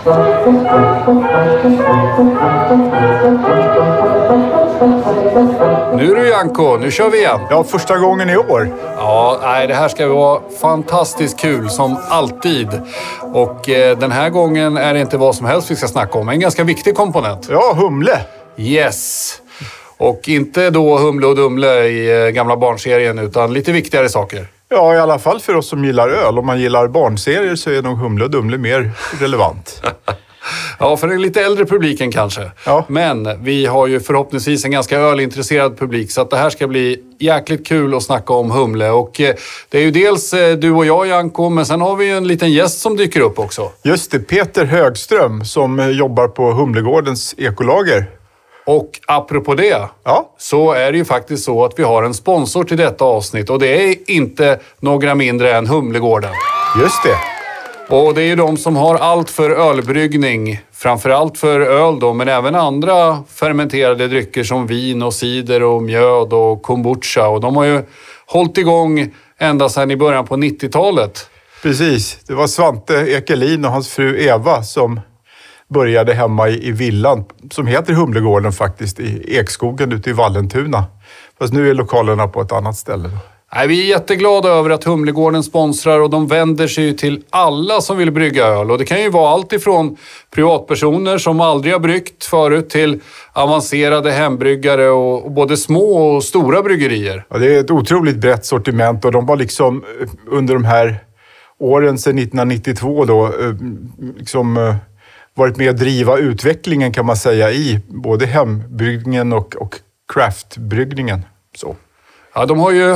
Nu du Janko, nu kör vi igen. Ja, första gången i år. Ja, nej, det här ska vara fantastiskt kul som alltid. Och den här gången är det inte vad som helst vi ska snacka om. En ganska viktig komponent. Ja, humle. Yes. Och inte då Humle och Dumle i gamla barnserien utan lite viktigare saker. Ja, i alla fall för oss som gillar öl. Om man gillar barnserier så är nog Humle och Dumle mer relevant. Ja, för den lite äldre publiken kanske. Ja. Men vi har ju förhoppningsvis en ganska ölintresserad publik så att det här ska bli jäkligt kul att snacka om humle. Och det är ju dels du och jag, Janko, men sen har vi ju en liten gäst som dyker upp också. Just det, Peter Högström som jobbar på Humlegårdens ekolager. Och apropå det, så är det ju faktiskt så att vi har en sponsor till detta avsnitt och det är inte några mindre än Humlegården. Just det. Och det är ju de som har allt för ölbryggning, framförallt för öl då, men även andra fermenterade drycker som vin och cider och mjöd och kombucha. Och de har ju hållit igång ända sedan i början på 90-talet. Precis, det var Svante Ekelin och hans fru Eva som började hemma i villan som heter Humlegården faktiskt, i Ekskogen ute i Vallentuna. Fast nu är lokalerna på ett annat ställe. Nej, vi är jätteglada över att Humlegården sponsrar och de vänder sig till alla som vill brygga öl. Och det kan ju vara allt ifrån privatpersoner som aldrig har bryggt förut till avancerade hembryggare och både små och stora bryggerier. Ja, det är ett otroligt brett sortiment och de var liksom under de här åren sedan 1992 då liksom varit med att driva utvecklingen kan man säga i både hembryggningen och craftbryggningen. Så. Ja, de har ju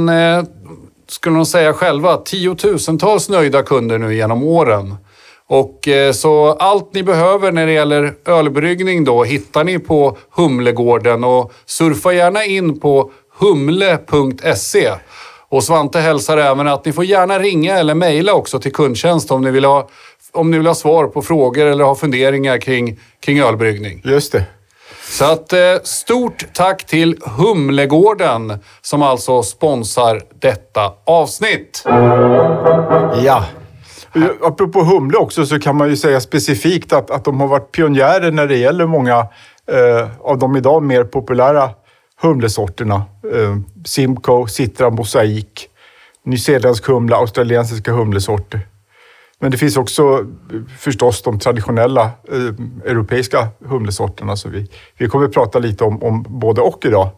skulle de säga själva, 10,000-tals nöjda kunder nu genom åren. Och så allt ni behöver när det gäller ölbryggning då hittar ni på Humlegården och surfa gärna in på humle.se. Och Svante hälsar även att ni får gärna ringa eller mejla också till kundtjänst om ni vill ha svar på frågor eller ha funderingar kring ölbryggning. Just det. Så att stort tack till Humlegården som alltså sponsrar detta avsnitt. Ja. Apropå humle också så kan man ju säga specifikt att de har varit pionjärer när det gäller många av de idag mer populära humlesorterna. Simcoe, Citra, Mosaik, nyzeeländsk humle, australiensiska humlesorter. Men det finns också förstås de traditionella europeiska humlesorterna. Så vi kommer att prata lite om både och idag.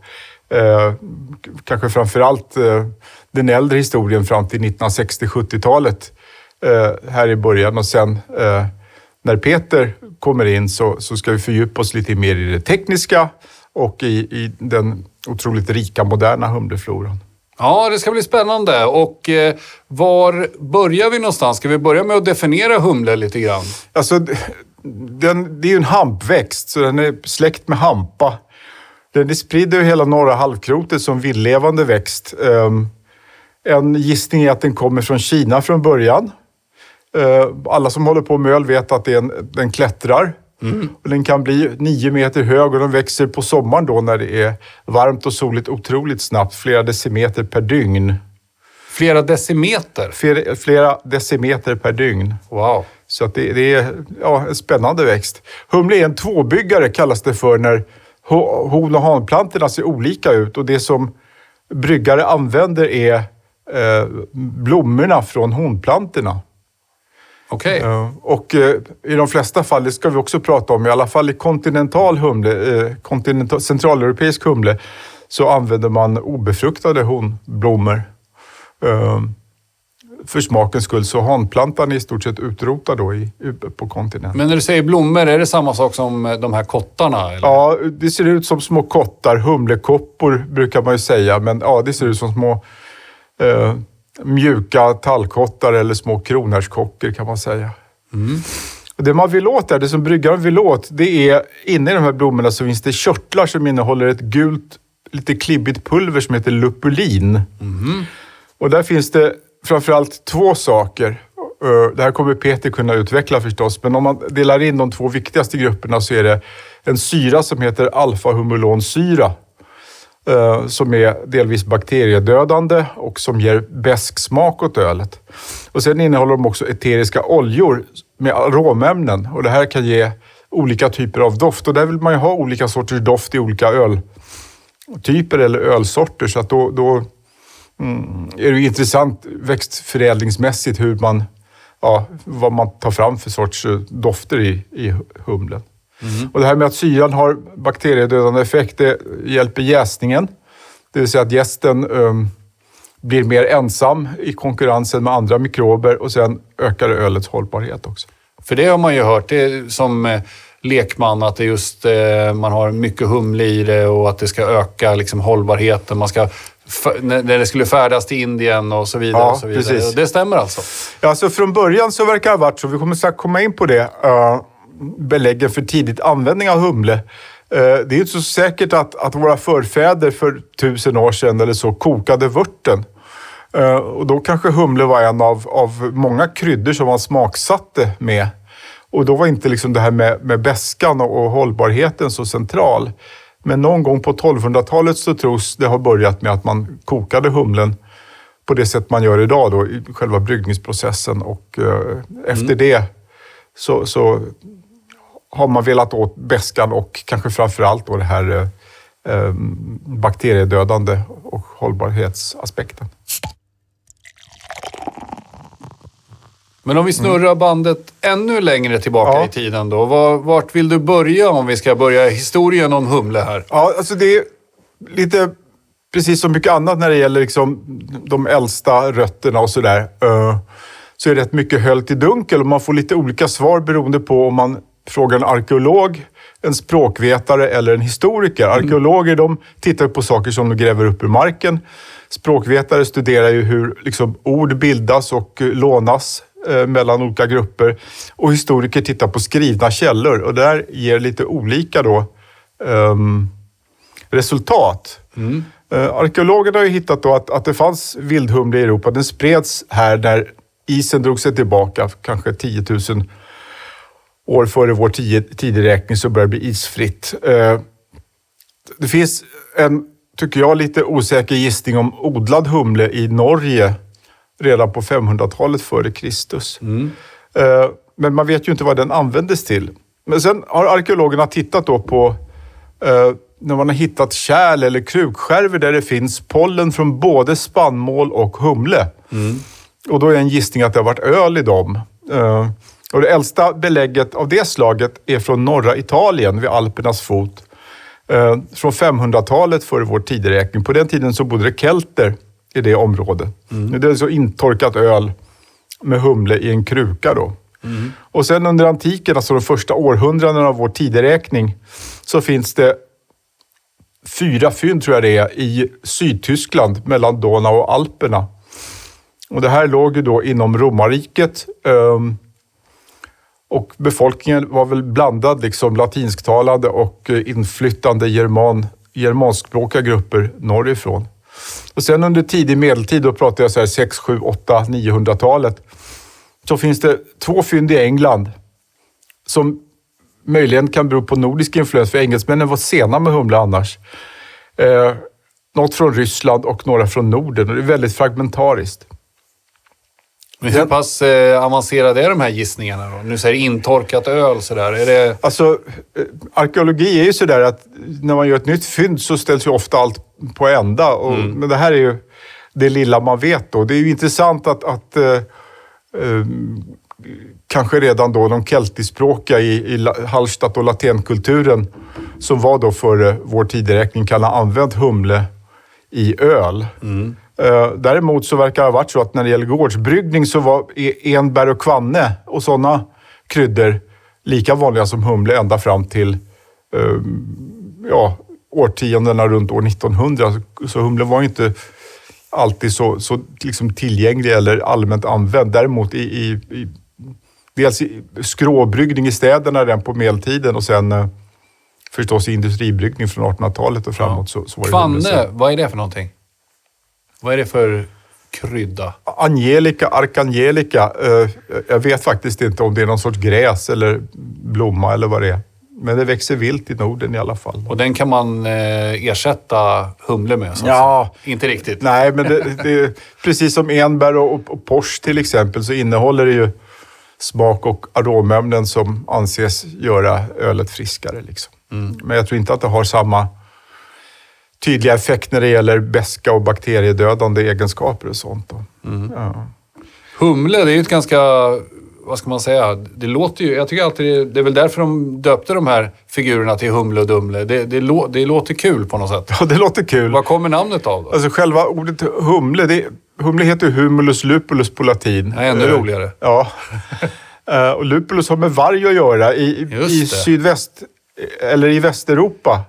Kanske framförallt den äldre historien fram till 1960-70-talet här i början. Och sen när Peter kommer in så ska vi fördjupa oss lite mer i det tekniska och i den otroligt rika moderna humlefloran. Ja, det ska bli spännande. Och var börjar vi någonstans? Ska vi börja med att definiera humle lite grann? Alltså, det är ju en hampväxt, så den är släkt med hampa. Den är spridd över hela norra halvklotet som vildlevande växt. En gissning är att den kommer från Kina från början. Alla som håller på med öl vet att den klättrar. Och den kan bli 9 meter hög och den växer på sommaren då när det är varmt och soligt otroligt snabbt. Flera decimeter per dygn. Flera decimeter? Flera decimeter per dygn. Wow. Så att det är en spännande växt. Humle är en tvåbyggare kallas det för när hon- och hanplantorna ser olika ut. Och det som bryggare använder är blommorna från honplantorna. Okej. Och i de flesta fall, det ska vi också prata om, i alla fall i kontinental humle, centraleuropeisk humle, så använder man obefruktade honblommor. För smakens skull, så hanplantan är i stort sett utrotad då på kontinenten. Men när du säger blommor, är det samma sak som de här kottarna? Eller? Ja, det ser ut som små kottar, humlekoppor brukar man ju säga, men ja, det ser ut som små mjuka tallkottar eller små kronärtskockor kan man säga. Och det man vill åt där, det som bryggaren vill åt, det är inne i de här blommorna så finns det körtlar som innehåller ett gult, lite klibbigt pulver som heter lupulin. Och där finns det framförallt 2 saker. Det här kommer Peter kunna utveckla förstås, men om man delar in de 2 viktigaste grupperna så är det en syra som heter alfa-humulonsyra. som är delvis bakteriedödande och som ger besk smak åt ölet. Och sen innehåller de också eteriska oljor med aromämnen och det här kan ge olika typer av doft och där vill man ju ha olika sorters doft i olika öltyper eller ölsorter så att då är det intressant växtförädlingsmässigt hur vad man tar fram för sorts dofter i humlen. Och det här med att syran har bakteriedödande effekt, det hjälper jäsningen. Det vill säga att jästen blir mer ensam i konkurrensen med andra mikrober och sen ökar ölets hållbarhet också. För det har man ju hört, det är som lekman att det just man har mycket humle i det och att det ska öka liksom hållbarheten. Man ska när det skulle färdas till Indien och så vidare. Ja, och så vidare. precis. Och det stämmer alltså? Ja, alltså från början så verkar det ha varit så. Vi kommer strax komma in på det. Beläggen för tidigt användning av humle. Det är inte så säkert att våra förfäder för 1000 år sedan eller så kokade vörten. Och då kanske humle var en av många kryddor som man smaksatte med. Och då var inte liksom det här med beskan och hållbarheten så central. Men någon gång på 1200-talet så tros det har börjat med att man kokade humlen på det sätt man gör idag då, i själva bryggningsprocessen. Och efter det så har man velat åt beskan och kanske framförallt då det här bakteriedödande och hållbarhetsaspekten. Men om vi snurrar bandet ännu längre tillbaka i tiden då. Vart vill du börja om vi ska börja historien om humle här? Ja, alltså det är lite precis som mycket annat när det gäller liksom de äldsta rötterna och sådär. Så är det rätt mycket höljt i dunkel och man får lite olika svar beroende på om man frågar en arkeolog, en språkvetare eller en historiker. Arkeologer de tittar på saker som de gräver upp ur marken. Språkvetare studerar ju hur liksom ord bildas och lånas mellan olika grupper. Och historiker tittar på skrivna källor och där ger lite olika då, resultat. Arkeologerna har ju hittat då att det fanns vildhumle i Europa. Den spreds här när isen drog sig tillbaka, kanske 10 000 år före vår tideräkning så började det bli isfritt. Det finns en, tycker jag, lite osäker gissning om odlad humle i Norge redan på 500-talet före Kristus. Men man vet ju inte vad den användes till. Men sen har arkeologerna tittat då på när man har hittat kärl eller krukskärvor där det finns pollen från både spannmål och humle. Och då är en gissning att det har varit öl i dem. Och det äldsta belägget av det slaget är från norra Italien vid Alpernas fot. Från 500-talet före vår tideräkning. På den tiden så bodde det kelter i det området. Det är så intorkat öl med humle i en kruka då. Och sen under antiken, alltså de första århundradena av vår tideräkning, så finns det 4 fynd tror jag det är i Sydtyskland mellan Donau och Alperna. Och det här låg ju då inom romarriket. Och befolkningen var väl blandad, liksom latinsktalande och inflyttande germanskspråkiga grupper norrifrån. Och sen under tidig medeltid, då pratar jag så här 6, 7, 8, 900-talet, så finns det 2 fynd i England som möjligen kan bero på nordisk influens, för engelsmännen var sena med humle annars. Något från Ryssland och några från Norden, och det är väldigt fragmentariskt. Men hur pass avancerade är de här gissningarna då? Nu säger intorkat öl sådär. Är det... Alltså, arkeologi är ju sådär att när man gör ett nytt fynd så ställs ju ofta allt på ända. Men det här är ju det lilla man vet då. Det är ju intressant att kanske redan då de keltiskspråkiga i Hallstatt och latenkulturen som var då före vår tideräkning kan ha använt humle i öl. Däremot så verkar det ha varit så att när det gäller gårdsbryggning så var enbär och kvanne och sådana kryddor lika vanliga som humle ända fram till årtiondena runt år 1900. Så humle var inte alltid så liksom tillgänglig eller allmänt använd. Däremot dels i skråbryggning i städerna den på medeltiden och sen förstås i industribryggning från 1800-talet och framåt så var det kvanne, vad är det för någonting? Vad är det för krydda? Angelica, arkangelica. Jag vet faktiskt inte om det är någon sorts gräs eller blomma eller vad det är. Men det växer vilt i Norden i alla fall. Och den kan man ersätta humle med? Ja. Inte riktigt. Nej, men det precis som enbär och pors till exempel så innehåller det ju smak- och aromämnen som anses göra ölet friskare. Liksom. Men jag tror inte att det har samma tydliga effekt när det gäller beska och bakteriedödande egenskaper och sånt. Då. Ja. Humle, det är ju ett ganska, vad ska man säga, det låter ju, jag tycker alltid det är väl därför de döpte de här figurerna till Humle och Dumle. Det låter kul på något sätt. Ja, det låter kul. Vad kommer namnet av då? Alltså själva ordet humle, humle heter ju humulus lupulus på latin. Ja, ännu roligare. Ja. Och lupulus har med varg att göra i sydväst, eller i Västeuropa.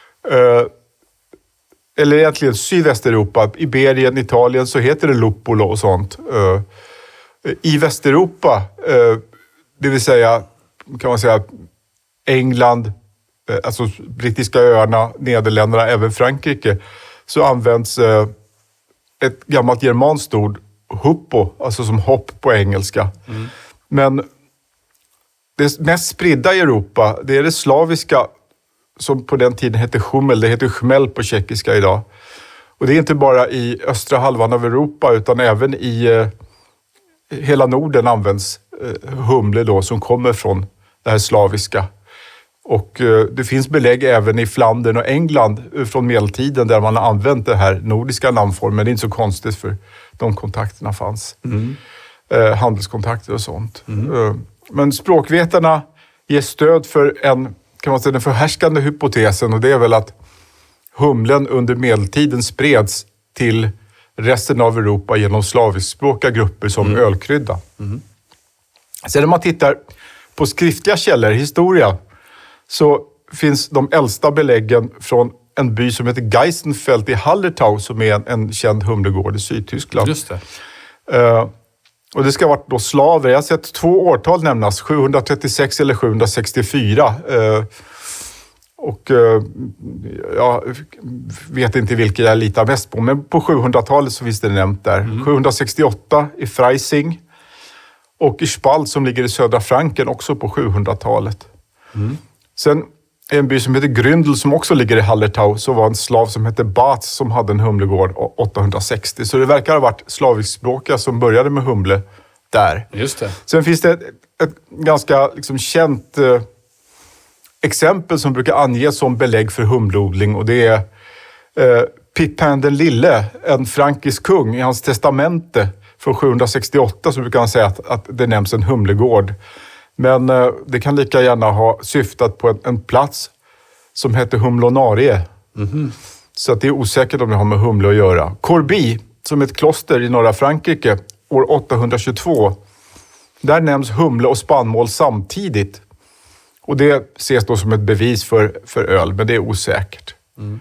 Eller egentligen Sydvästeuropa, Iberien, Italien, så heter det lupulo och sånt. I Västeuropa, det vill säga, kan man säga, England, alltså brittiska öarna, Nederländerna, även Frankrike, så används ett gammalt germanskt ord, huppo, alltså som hopp på engelska. Men det mest spridda i Europa, det är det slaviska som på den tiden hette hummel. Det heter chmel på tjeckiska idag. Och det är inte bara i östra halvan av Europa utan även i hela Norden används humle då som kommer från det här slaviska. Och det finns belägg även i Flandern och England från medeltiden där man har använt det här nordiska namnformen. Det är inte så konstigt för de kontakterna fanns. Handelskontakter och sånt. Men språkvetarna ger stöd för den förhärskande hypotesen, och det är väl att humlen under medeltiden spreds till resten av Europa genom slaviskspråkiga grupper som ölkrydda. Sen när man tittar på skriftliga källor, historia, så finns de äldsta beläggen från en by som heter Geisenfeld i Hallertau som är en känd humlegård i Sydtyskland. Just det. Och det ska ha varit då slaver. Jag har sett 2 årtal nämnas, 736 eller 764. Jag vet inte vilka jag litar mest på, men på 700-talet så finns det nämnt där. 768 i Freising och i Spalt som ligger i södra Franken också på 700-talet. Sen en by som heter Gründel som också ligger i Hallertau, så var en slav som hette Bats som hade en humlegård 860. Så det verkar ha varit slaviskspråkiga som började med humle där. Just det. Sen finns det ett ganska känt exempel som brukar anges som belägg för humleodling, och det är Pipin den lille, en frankisk kung. I hans testamente från 768 så brukar han säga att det nämns en humlegård. Men det kan lika gärna ha syftat på en plats som heter Humlonarie. Så att det är osäkert om det har med humle att göra. Corbie, som är ett kloster i norra Frankrike, år 822. Där nämns humle och spannmål samtidigt. Och det ses då som ett bevis för öl, men det är osäkert.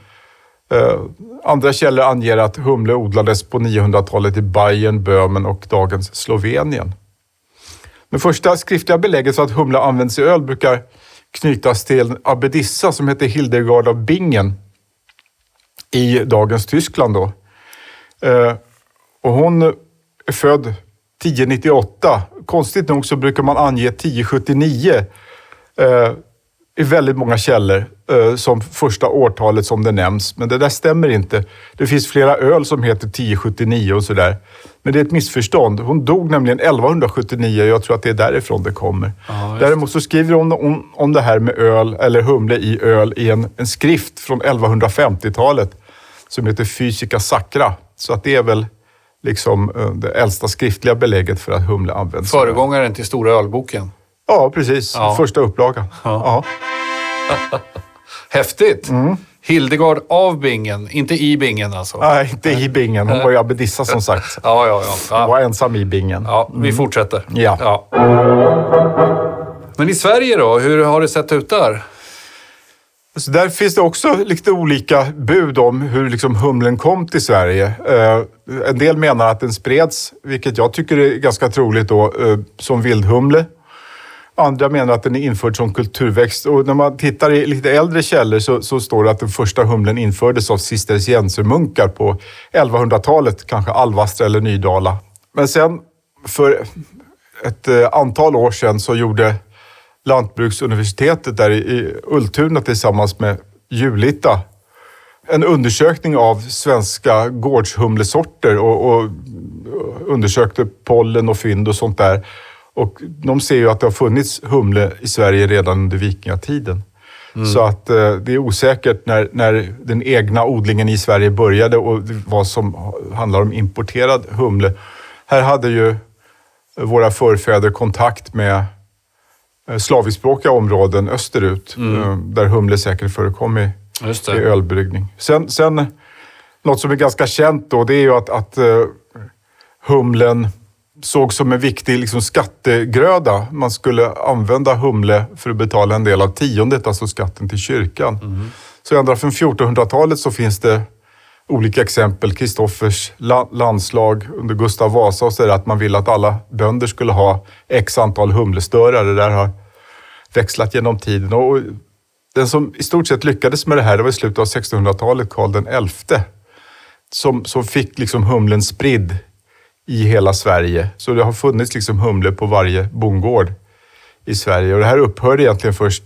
Andra källor anger att humle odlades på 900-talet i Bayern, Böhmen och dagens Slovenien. Men första skriftliga belägget för att humle används i öl brukar knytas till en abbedissa som heter Hildegard av Bingen i dagens Tyskland då. Och hon är född 1098. Konstigt nog så brukar man ange 1079 i väldigt många källor som första årtalet som det nämns. Men det där stämmer inte. Det finns flera öl som heter 1079 och sådär. Men det är ett missförstånd. Hon dog nämligen 1179 och jag tror att det är därifrån det kommer. Däremot så skriver hon om det här med öl eller humle i öl i en skrift från 1150-talet som heter Physica Sacra. Så att det är väl det äldsta skriftliga belägget för att humle används. Föregångaren till Stora ölboken. Ja, precis. Ja. Första upplagan. Ja. Häftigt. Hildegard av Bingen, inte i Bingen alltså. Nej, inte i Bingen. Hon var ju abbedissa som sagt. Ja. Hon var ensam i Bingen. Ja, vi fortsätter. Ja. Men i Sverige då, hur har det sett ut där? Så där finns det också lite olika bud om hur humlen kom till Sverige. En del menar att den spreds, vilket jag tycker är ganska troligt då, som vildhumle. Andra menar att den är införd som kulturväxt. Och när man tittar i lite äldre källor så står det att den första humlen infördes av cisterciensermunkar på 1100-talet, kanske Alvastra eller Nydala. Men sen för ett antal år sedan så gjorde Lantbruksuniversitetet där i Ultuna tillsammans med Julita. En undersökning av svenska gårdshumlesorter och undersökte pollen och fynd och sånt där. Och de ser ju att det har funnits humle i Sverige redan under vikingatiden. Så att det är osäkert när den egna odlingen i Sverige började och vad som handlar om importerad humle. Här hade ju våra förfäder kontakt med slaviskspråkiga områden österut. Där humle säkert förekom i ölbryggning. Sen något som är ganska känt då, det är ju att humlen såg som en viktig liksom, skattegröda. Man skulle använda humle för att betala en del av tiondet, alltså skatten till kyrkan. Så ända från 1400-talet så finns det olika exempel. Kristoffers landslag under Gustav Vasa och säger att man vill att alla bönder skulle ha x antal humlestörar. Det där har växlat genom tiden. Och den som i stort sett lyckades med det här, det var i slutet av 1600-talet, Karl den XI. Som fick liksom humlen spridd i hela Sverige. Så det har funnits liksom humle på varje bondgård i Sverige. Och det här upphörde egentligen först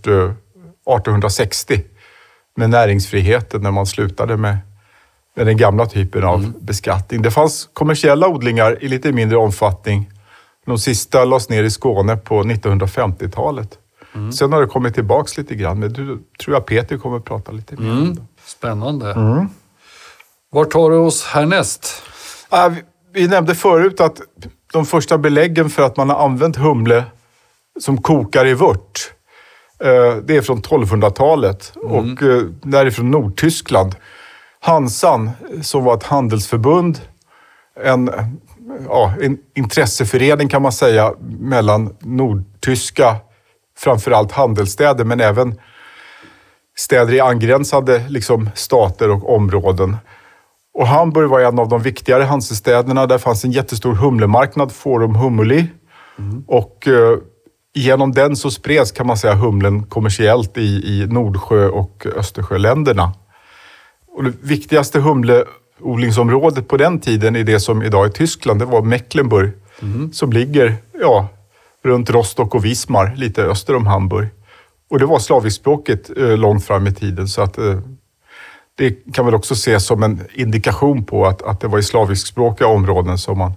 1860 med näringsfriheten när man slutade med den gamla typen av beskattning. Det fanns kommersiella odlingar i lite mindre omfattning. De sista lades ner i Skåne på 1950-talet. Sen har det kommit tillbaks lite grann. Men du tror jag Peter kommer att prata lite mer om det. Spännande. Var tar du oss härnäst? Vi nämnde förut att de första beläggen för att man har använt humle som kokar i vört, det är från 1200-talet och därifrån Nordtyskland. Hansan, som var ett handelsförbund, en intresseförening kan man säga mellan nordtyska, framförallt handelsstäder, men även städer i angränsande liksom, stater och områden. Och Hamburg var en av de viktigare handelsstäderna. Där fanns en jättestor humlemarknad, Forum Humuli. Och genom den så spreds, kan man säga, humlen kommersiellt i Nordsjö- och Östersjöländerna. Och det viktigaste humleodlingsområdet på den tiden i det som idag är Tyskland, det var Mecklenburg. Som ligger runt Rostock och Wismar, lite öster om Hamburg. Och det var slaviskspråket långt fram i tiden, så att det kan väl också ses som en indikation på att det var i slaviskspråkiga områden som man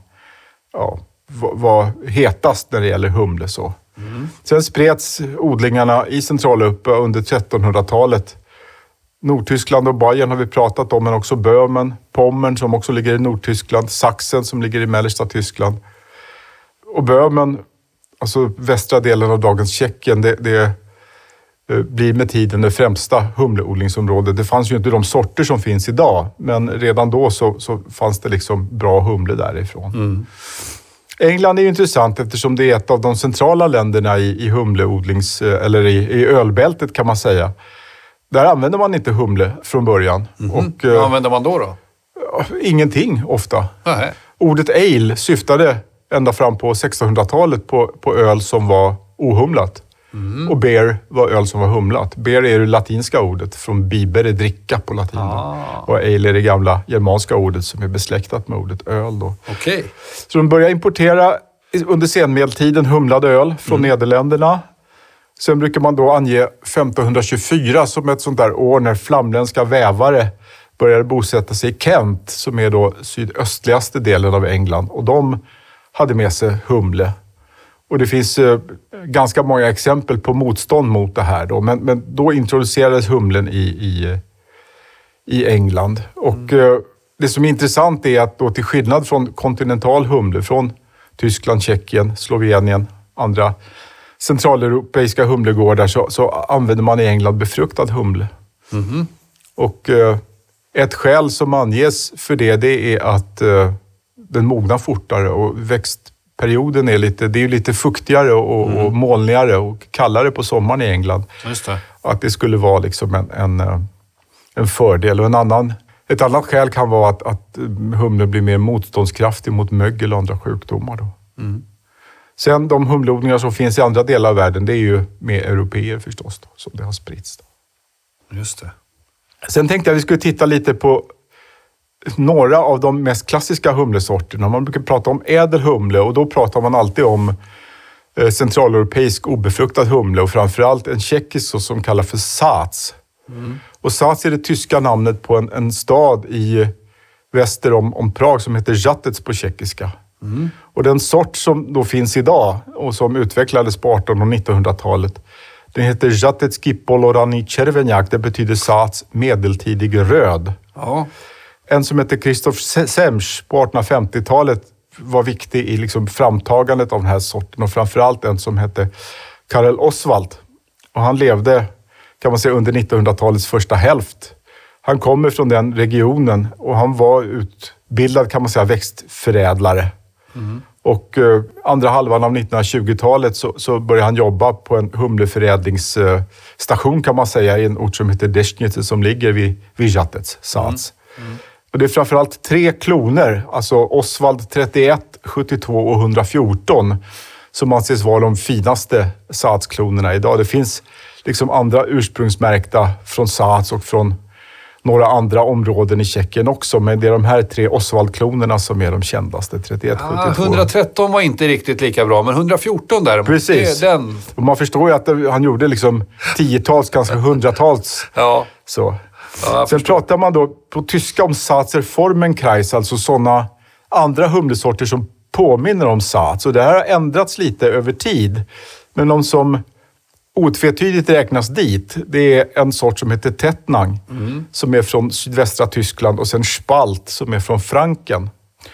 var hetast när det gäller humle. Så. Sen spreds odlingarna i Centraleuropa under 1300-talet. Nordtyskland och Bayern har vi pratat om, men också Böhmen, Pommern som också ligger i Nordtyskland, Sachsen som ligger i mellersta Tyskland. Och Böhmen, alltså västra delen av dagens Tjeckien, det blir med tiden det främsta humleodlingsområdet. Det fanns ju inte de sorter som finns idag, men redan då så fanns det liksom bra humle därifrån. England är ju intressant eftersom det är ett av de centrala länderna i humleodlings, eller i ölbältet kan man säga. Där använder man inte humle från början. Och, vad använder man då? Ingenting ofta. Nej. Ordet ale syftade ända fram på 1600-talet på öl som var ohumlat. Och beer var öl som var humlat. Beer är det latinska ordet från bibere, dricka på latin. Och ale är det gamla germanska ordet som är besläktat med ordet öl. Då. Okay. Så de började importera under senmedeltiden humlad öl från Nederländerna. Sen brukar man då ange 1524 som ett sånt där år när flamländska vävare började bosätta sig i Kent, som är då sydöstligaste delen av England. Och de hade med sig humle. Och det finns ganska många exempel på motstånd mot det här då. Men då introducerades humlen i England. Och det som är intressant är att då till skillnad från kontinental humle från Tyskland, Tjeckien, Slovenien, andra centraleuropeiska humlegårdar så använder man i England befruktad humle. Och ett skäl som anges för det är att den mognar fortare och växtperioden är lite fuktigare och molnigare och kallare på sommaren i England. Just det. Att det skulle vara liksom en fördel. Och ett annat skäl kan vara att humlen blir mer motståndskraftig mot mögel och andra sjukdomar. Då. Sen de humleodlingar som finns i andra delar av världen, det är ju med europeer förstås då, som det har spritts. Då. Just det. Sen tänkte jag att vi skulle titta lite på några av de mest klassiska humlesorterna. Man brukar prata om ädelhumle och då pratar man alltid om centraleuropeisk obefruktad humle och framförallt en tjeckisk sort som kallas för Saaz. Och Saaz är det tyska namnet på en stad i väster om Prag som heter Žatec på tjeckiska. Och den sort som då finns idag och som utvecklades på 1800- och 1900-talet, den heter Žatecki polorani červenjak. Det betyder Saaz medeltidig röd. Ja. En som heter Krzysztof Semsch på 1850-talet var viktig i liksom framtagandet av den här sorten och framförallt en som hette Karel Oswald. Och han levde, kan man säga, under 1900-talets första hälft. Han kommer från den regionen och han var utbildad, kan man säga, växtförädlare. Och andra halvan av 1920-talet så började han jobba på en humleförädlingsstation, kan man säga, i en ort som heter Deschnice som ligger vid Žatec, Saaz. Och det är framförallt 3 kloner, alltså Oswald 31, 72 och 114, som anses vara de finaste Saaz-klonerna idag. Det finns liksom andra ursprungsmärkta från Saaz och från några andra områden i Tjeckien också, men det är de här 3 Oswald-klonerna som är de kändaste, 31, 72. 113 var inte riktigt lika bra, men 114 däremot. Precis. Den... Och man förstår ju att han gjorde liksom 10-tals, kanske 100-tals. Ja. Så. Sen pratar man då på tyska om Saazer Formenkreis, alltså sådana andra humlesorter som påminner om Saaz. Och det här har ändrats lite över tid. Men de som otvetydigt räknas dit, det är en sort som heter Tettnang, som är från sydvästra Tyskland, och sen Spalt som är från Franken.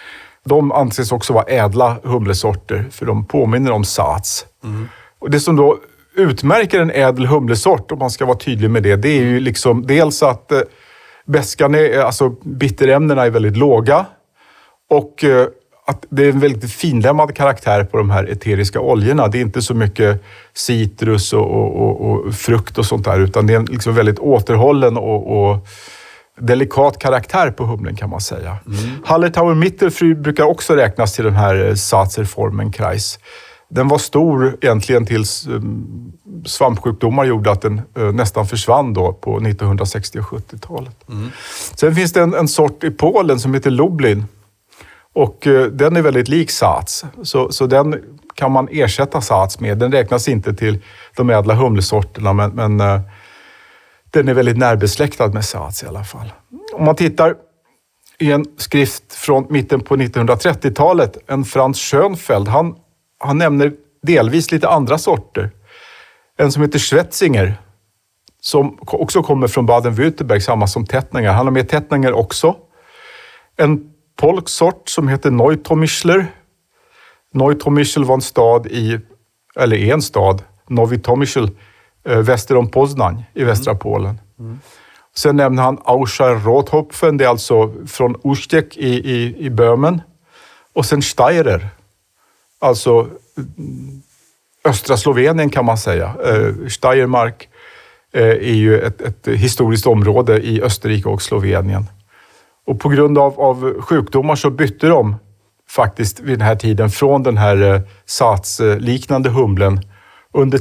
De anses också vara ädla humlesorter, för de påminner om Saaz. Och det som då utmärker en ädel humlesort, om man ska vara tydlig med det, det är ju liksom dels att beskan alltså bitterämnena är väldigt låga och att det är en väldigt finlämmad karaktär på de här eteriska oljorna. Det är inte så mycket citrus och frukt och sånt där, utan det är en liksom väldigt återhållen och delikat karaktär på humlen, kan man säga. Hallertauer Mittelfrüh brukar också räknas till den här Saazer Formenkreis. Den var stor egentligen tills svampsjukdomar gjorde att den nästan försvann då på 1960- och 70-talet. Sen finns det en sort i Polen som heter Lublin. Och den är väldigt lik Saaz. Så den kan man ersätta Saaz med. Den räknas inte till de ädla humlesorterna, men den är väldigt närbesläktad med Saaz i alla fall. Om man tittar i en skrift från mitten på 1930-talet, en Franz Schönfeld, han nämner delvis lite andra sorter. En som heter Schwetzinger, som också kommer från Baden-Württemberg, samma som Tettnanger. Han har med Tettnanger också. En polsk sort som heter Neutomischler. Neutomischl var en stad är en stad, Nowy Tomyśl, väster om Poznań i västra Polen. Sen nämner han Auscher Rothopfen, det är alltså från Ustiek i Böhmen. Och sen Steirer, alltså östra Slovenien, kan man säga. Steiermark är ju ett historiskt område i Österrike och Slovenien. Och på grund av sjukdomar så bytte de faktiskt vid den här tiden från den här Saaz-liknande humlen under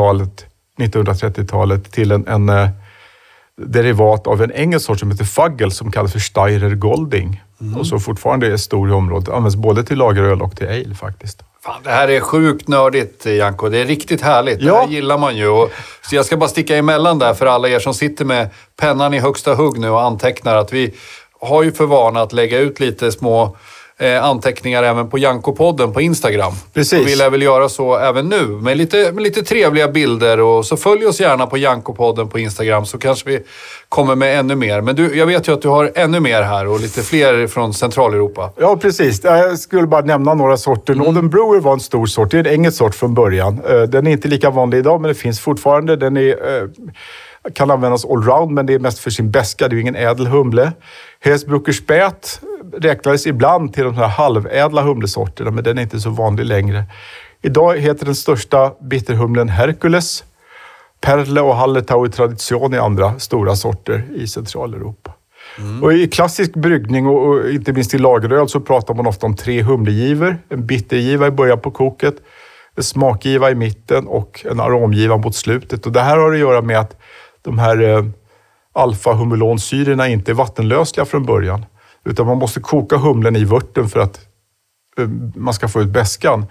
1930-talet till en derivat av en engelsk sort som heter Fagel som kallas för Steirer Golding. Och så fortfarande är stor i området. Används både till lageröl och till ale faktiskt. Fan, det här är sjukt nördigt, Janko. Det är riktigt härligt. Ja. Det här gillar man ju. Så jag ska bara sticka emellan där för alla er som sitter med pennan i högsta hugg nu och antecknar att vi har ju för vana att lägga ut lite små anteckningar även på Janko-podden på Instagram. Precis. Och vi lär väl göra så även nu med lite trevliga bilder, och så följ oss gärna på Janko-podden på Instagram så kanske vi kommer med ännu mer. Men jag vet ju att du har ännu mer här och lite fler från Centraleuropa. Ja, precis. Jag skulle bara nämna några sorter. Northern Brewer var en stor sort. Det är en engelsk sort från början. Den är inte lika vanlig idag, men det finns fortfarande. Den kan användas allround, men det är mest för sin beska. Det är ju ingen ädel humle. Hersbrucker Spät räknades ibland till de här halvädla humlesorterna, men den är inte så vanlig längre. Idag heter den största bitterhumlen Hercules. Perle och Hallertauer Tradition är andra stora sorter i Centraleuropa. Och i klassisk bryggning och inte minst i lageröl så pratar man ofta om 3 humlegiver. En bittergiva i början på koket, en smakgiva i mitten och en aromgiva mot slutet. Och det här har att göra med att de här alfa-humulonsyrorna inte är vattenlösliga från början. Utan man måste koka humlen i vörten för att man ska få ut beskan.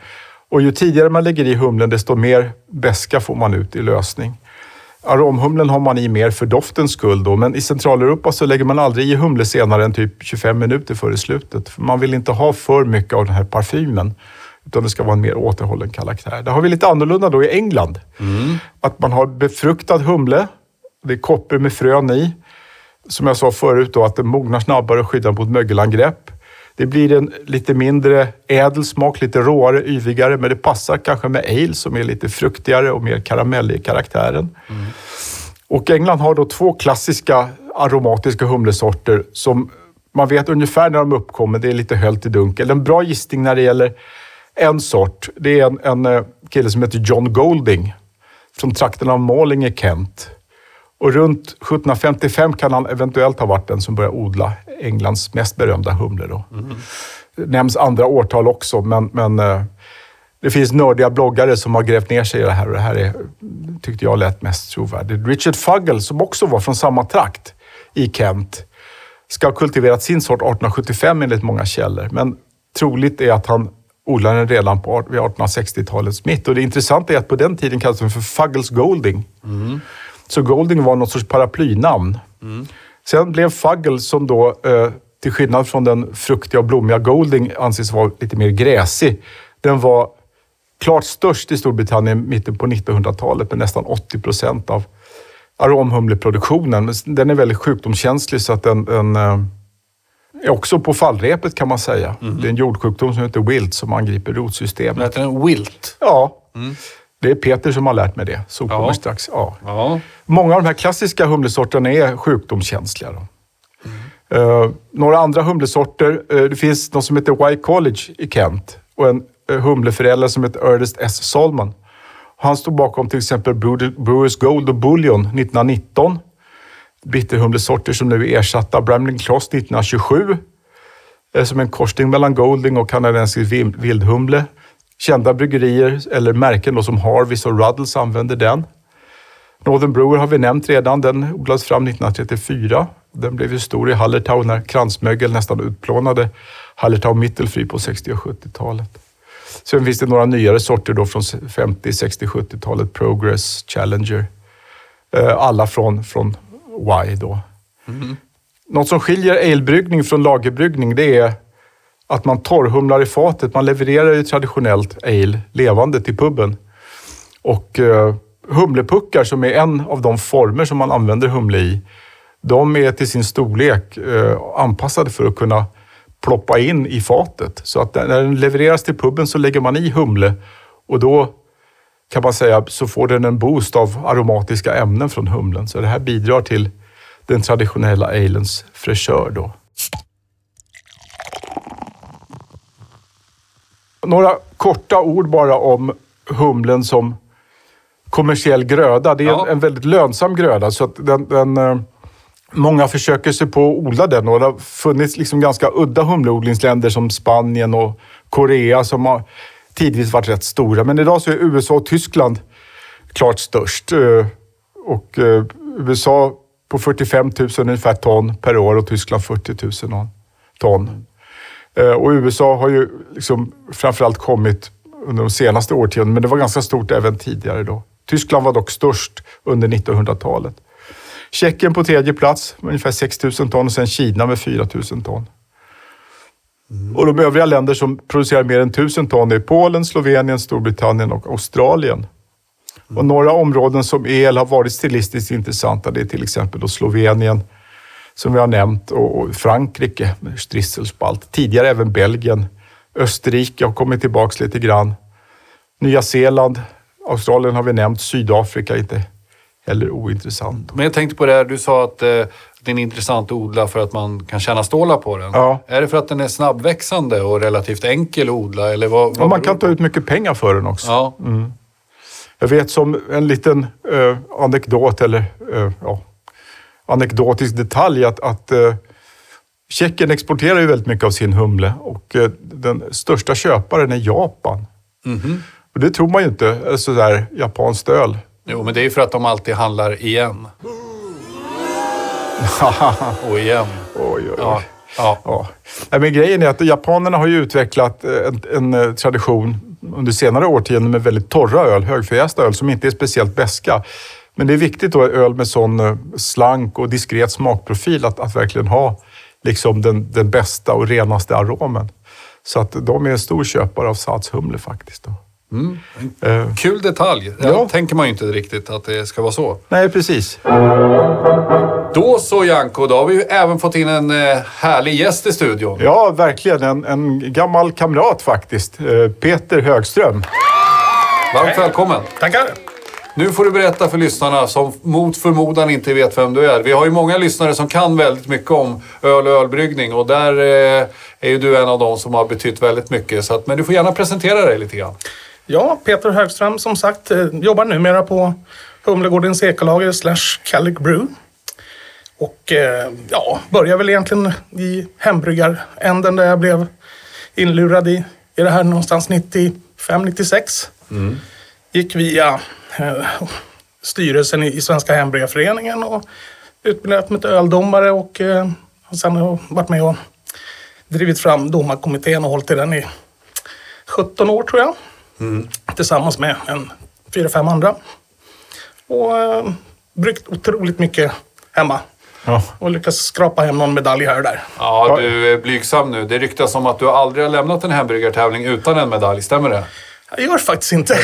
Och ju tidigare man lägger i humlen, desto mer beska får man ut i lösning. Aromhumlen har man i mer för doftens skull då, men i Centraleuropa så lägger man aldrig i humle senare än typ 25 minuter före slutet. För man vill inte ha för mycket av den här parfymen, utan det ska vara en mer återhållen karaktär. Där har vi lite annorlunda då i England. Att man har befruktad humle, det är koppor med frön i. Som jag sa förut då, att den mognar snabbare och skyddar mot mögelangrepp. Det blir en lite mindre ädel smak, lite råare, yvigare, men det passar kanske med ale som är lite fruktigare och mer karamellig i karaktären. Och England har då 2 klassiska aromatiska humlesorter som man vet ungefär när de uppkommer. Det är lite höljt i dunkel. En bra gissning när det gäller en sort, det är en kille som heter John Golding från trakten av Malling i Kent. Och runt 1755 kan han eventuellt ha varit den som började odla Englands mest berömda humle då. Det nämns andra årtal också, men det finns nördiga bloggare som har grävt ner sig i det här, och det här tyckte jag lät mest trovärdigt. Richard Fuggle, som också var från samma trakt i Kent, ska ha kultiverat sin sort 1875 enligt många källor, men troligt är att han odlade den redan vid 1860-talets mitt. Och det intressanta är att på den tiden kallades den för Fuggles Golding. Så Golding var något sorts paraplynamn. Sen blev Fuggle, som då till skillnad från den fruktiga och blommiga Golding anses vara lite mer gräsig. Den var klart störst i Storbritannien mitten på 1900-talet med nästan 80% av aromhumleproduktionen. Men den är väldigt sjukdomskänslig, så att den är också på fallrepet kan man säga. Det är en jordsjukdom som heter wilt som angriper rotsystemet. Heter den wilt? Ja. Det är Peter som har lärt mig det. Så kommer strax. Ja. Många av de här klassiska humlesorterna är sjukdomskänsliga. Några andra humlesorter. Det finns något som heter Y College i Kent. Och en humleförälder som heter Ernest S. Solomon. Han stod bakom till exempel Brewers Gold och Bullion 1919. Bitterhumlesorter som nu är ersatta. Bramling Cross 1927. Som en korsning mellan Golding och kanadensisk vildhumle. Kända bryggerier eller märken då, som Harveys och Ruddles använder den. Northern Brewer har vi nämnt redan. Den odlades fram 1934. Den blev ju stor i Hallertau när kransmögel nästan utplånade Hallertau Mittelfry på 60- och 70-talet. Sen finns det några nyare sorter då från 50-, 60-, 70-talet. Progress, Challenger. Alla från Y då. Något som skiljer alebryggning från lagerbryggning, det är att man torrhumlar i fatet. Man levererar ju traditionellt ale levande till puben. Och humlepuckar, som är en av de former som man använder humle i, de är till sin storlek anpassade för att kunna ploppa in i fatet. Så att när den levereras till puben så lägger man i humle, och då kan man säga så får den en boost av aromatiska ämnen från humlen. Så det här bidrar till den traditionella alens fräschör då. Några korta ord bara om humlen som kommersiell gröda. Det är en väldigt lönsam gröda, så att många försöker sig på att odla den. Och det har funnits liksom ganska udda humleodlingsländer som Spanien och Korea som har tidvis varit rätt stora. Men idag så är USA och Tyskland klart störst. Och USA på 45 000 ungefär ton per år och Tyskland 40 000 ton. Och USA har ju liksom framförallt kommit under de senaste årtiondena, men det var ganska stort även tidigare då. Tyskland var dock störst under 1900-talet. Tjeckien på 3:e plats med ungefär 6 000 ton och sen Kina med 4 000 ton. Och de övriga länder som producerar mer än 1000 ton är Polen, Slovenien, Storbritannien och Australien. Och några områden som har varit stilistiskt intressanta, det är till exempel då Slovenien som vi har nämnt, och Frankrike med Strisselspalt. Tidigare även Belgien, Österrike har kommit tillbaka lite grann. Nya Zeeland, Australien har vi nämnt, Sydafrika inte heller ointressant. Men jag tänkte på det här, du sa att den är intressant att odla för att man kan tjäna stålar på den. Ja. Är det för att den är snabbväxande och relativt enkel att odla? Eller vad man kan ta ut mycket pengar för den också. Ja. Jag vet som en liten anekdot eller anekdotisk detalj att Tjeckien exporterar ju väldigt mycket av sin humle och den största köparen är Japan. Och det tror man ju inte, sådär japanskt öl. Jo, men det är ju för att de alltid handlar igen. Och igen. Oj. Ja. Nej, men grejen är att japanerna har ju utvecklat en tradition under senare årtionden med väldigt torra öl, högförjästa öl som inte är speciellt beska. Men det är viktigt då öl med sån slank och diskret smakprofil att verkligen ha liksom den bästa och renaste aromen. Så att de är en stor köpare av Salzhumle faktiskt då. Kul detalj. Ja. Tänker man ju inte riktigt att det ska vara så. Nej, precis. Då så Janko, då har vi ju även fått in en härlig gäst i studion. Ja, verkligen. En gammal kamrat faktiskt. Peter Högström. Varmt välkommen. Tackar. Nu får du berätta för lyssnarna som mot förmodan inte vet vem du är. Vi har ju många lyssnare som kan väldigt mycket om öl och ölbryggning. Och där är ju du en av dem som har betytt väldigt mycket. Så att, men du får gärna presentera dig lite grann. Ja, Peter Högström som sagt jobbar numera på Humlegårdens Ekolager / Callic Brew. Och började väl egentligen i hembryggaränden där jag blev inlurad i det här någonstans 95-96. Gick via styrelsen i Svenska Hembryggarföreningen och utbildat mig till öldomare och sen har jag varit med och drivit fram domarkommittén och hållit i den i 17 år tror jag. Tillsammans med 4-5 andra. Och bryggt otroligt mycket hemma. Ja. Och lyckats skrapa hem någon medalj här och där. Ja, du är blygsam nu. Det ryktas om att du aldrig har lämnat en hembryggartävling utan en medalj. Stämmer det? Jag gör faktiskt inte.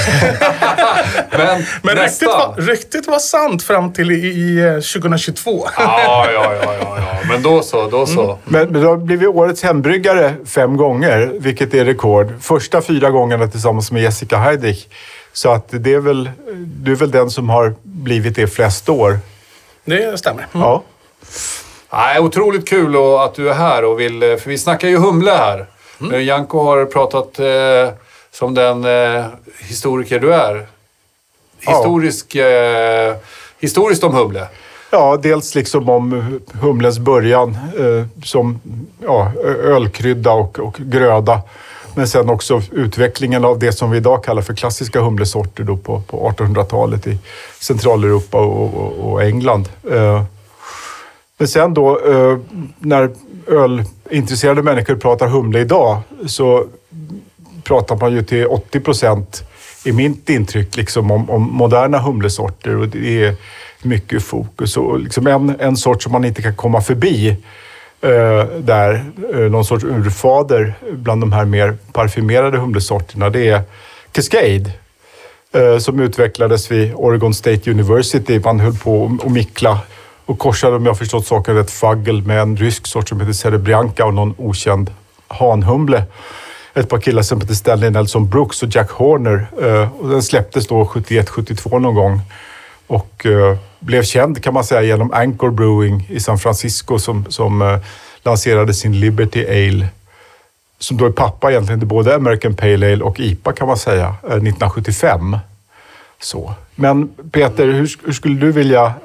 Men ryktet var sant fram till i 2022. Ja. Men då så. Men då har blivit årets hembryggare 5 gånger, vilket är rekord. Första 4 gångerna tillsammans med Jessica Heidig. Så att det är väl, du är väl den som har blivit det flest år. Det stämmer. Ja. Nej, otroligt kul att du är här och vill, för vi snackar ju humle här. Janko har pratat som den historiker du är. Historiskt om humle. Ja, dels liksom om humlens början som ölkrydda och gröda. Men sen också utvecklingen av det som vi idag kallar för klassiska humlesorter då på 1800-talet i Centraleuropa och England. Men sen då när ölintresserade människor pratar humle idag så pratar man ju till 80% i mitt intryck liksom om moderna humlesorter och det är mycket fokus och liksom en sort som man inte kan komma förbi där någon sorts urfader bland de här mer parfymerade humlesorterna, det är Cascade som utvecklades vid Oregon State University. Man höll på att mickla och korsade, om jag har förstått saken rätt, fagel med en rysk sort som heter Cerebrianka och någon okänd hanhumle. Ett par killar som heter Stanley Nelson Brooks och Jack Horner. Och den släpptes då 71-72 någon gång. Och blev känd kan man säga genom Anchor Brewing i San Francisco som lanserade sin Liberty Ale. Som då är pappa egentligen till både American Pale Ale och IPA kan man säga, 1975. Så. Men Peter, hur skulle du vilja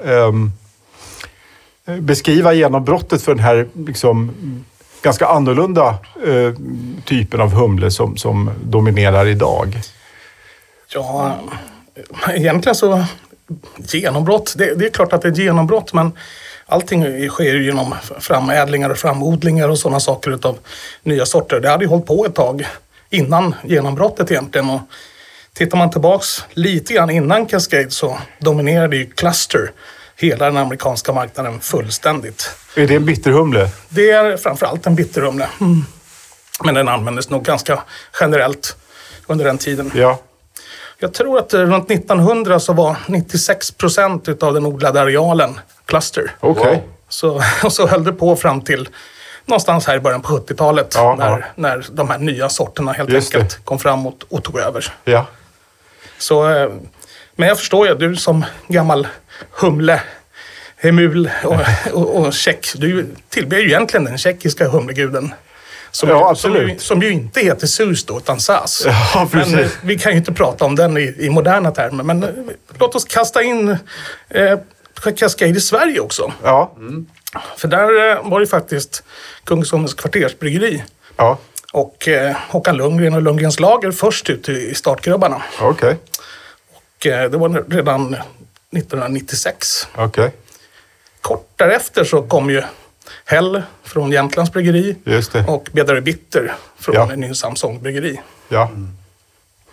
beskriva genombrottet för den här liksom ganska annorlunda typen av humle som dominerar idag? Ja, egentligen så genombrott. Det är klart att det är ett genombrott, men allting sker ju genom framädlingar och framodlingar och sådana saker utav nya sorter. Det hade ju hållit på ett tag innan genombrottet egentligen. Och tittar man tillbaks lite grann innan Cascade så dominerade ju Cluster hela den amerikanska marknaden fullständigt. Är det en bitterhumle? Det är framförallt en bitterhumle. Men den användes nog ganska generellt under den tiden. Ja. Jag tror att runt 1900 så var 96% av den odlade arealen Cluster. Okej. Så höll det på fram till någonstans här i början på 70-talet när de här nya sorterna helt enkelt kom fram och tog över. Ja. Så, men jag förstår ju, du som gammal humle, hemul och tjeck, du tillber ju egentligen den tjeckiska humleguden. Som ju inte heter Sus då, utan Sas. Ja, men vi kan ju inte prata om den i moderna termer. Men låt oss kasta in Cascade i Sverige också. Ja. För där var det faktiskt Kungsholmens kvartersbryggeri. Ja. Och Håkan Lundgren och Lundgrens lager först ut i startgrubbarna. Okej. Och det var redan 1996. Okej. Kort därefter så kom ju Hell från Jämtlands bryggeri. Just det. Och Bedare Bitter från Nynäs Samsung bryggeri. Ja.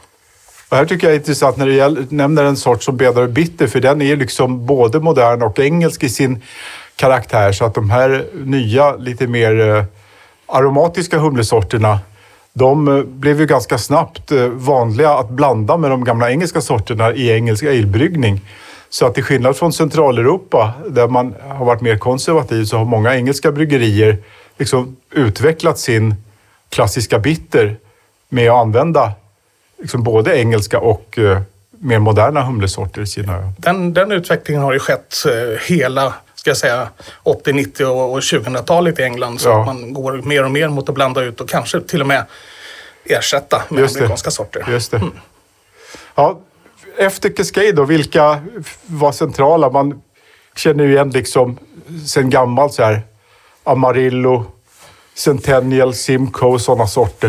Och här tycker jag är intressant när du nämner en sort som Bedare Bitter, för den är liksom både modern och engelsk i sin karaktär. Så att de här nya, lite mer aromatiska humlesorterna, de blev ju ganska snabbt vanliga att blanda med de gamla engelska sorterna i engelsk alebryggning. Så att till skillnad från Centraleuropa, där man har varit mer konservativ, så har många engelska bryggerier liksom utvecklat sin klassiska bitter med att använda liksom både engelska och mer moderna humlesorter i sina... Den utvecklingen har ju skett hela, ska jag säga, 80-, 90- och 2000-talet i England. Så att man går mer och mer mot att blanda ut och kanske till och med ersätta med amerikanska sorter. Just det. Ja, efter Cascade då, vilka var centrala? Man känner ju igen liksom sen gammalt så här Amarillo, Centennial, Simcoe och sådana sorter.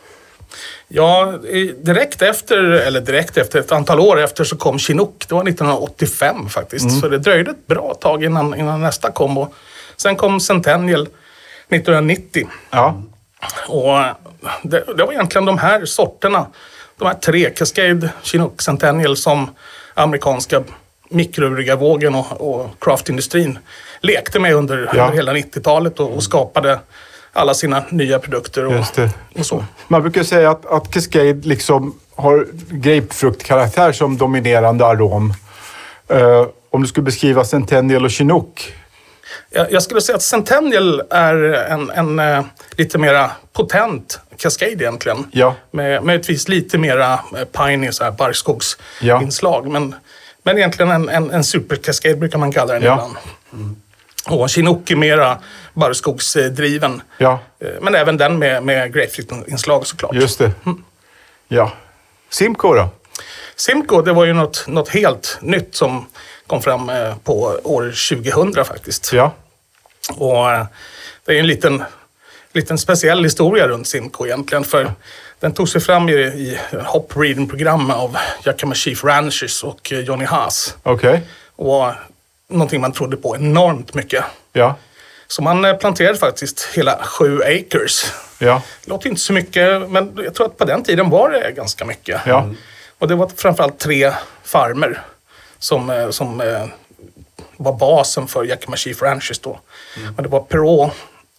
Ja, direkt efter, ett antal år efter så kom Chinook. Det var 1985 faktiskt. Så det dröjde ett bra tag innan nästa kom. Och sen kom Centennial 1990. Ja. Och det var egentligen de här sorterna, de här 3, Cascade, Chinook, Centennial, som amerikanska mikrobryggarvågen och craftindustrin lekte med under hela 90-talet och skapade alla sina nya produkter och så. Man brukar säga att Cascade liksom har grapefruktkaraktär som dominerande arom. Om du skulle beskriva Centennial och Chinook? Jag skulle säga att Centennial är en lite mera potent Cascade egentligen. Ja. Med ett visst lite mera piney, så här barrskogsinslag. Men egentligen en super Cascade brukar man kalla den ibland. Och Chinook är mera barrskogsdriven. Ja. Men även den med grapefruktinslag såklart. Just det. Ja. Simcoe då? Simcoe, det var ju något helt nytt som kom fram på år 2000 faktiskt. Ja. Och det är en liten speciell historia runt Simcoe egentligen. För den tog sig fram i hop reading-program av Yakima Chief Ranchers och Johnny Haas. Okej. Och någonting man trodde på enormt mycket. Ja. Så man planterade faktiskt hela 7 acres. Ja. Det låter inte så mycket, men jag tror att på den tiden var det ganska mycket. Ja. Och det var framförallt 3 farmer som var basen för Yakima Chief Ranchers då. Men det var Perrault,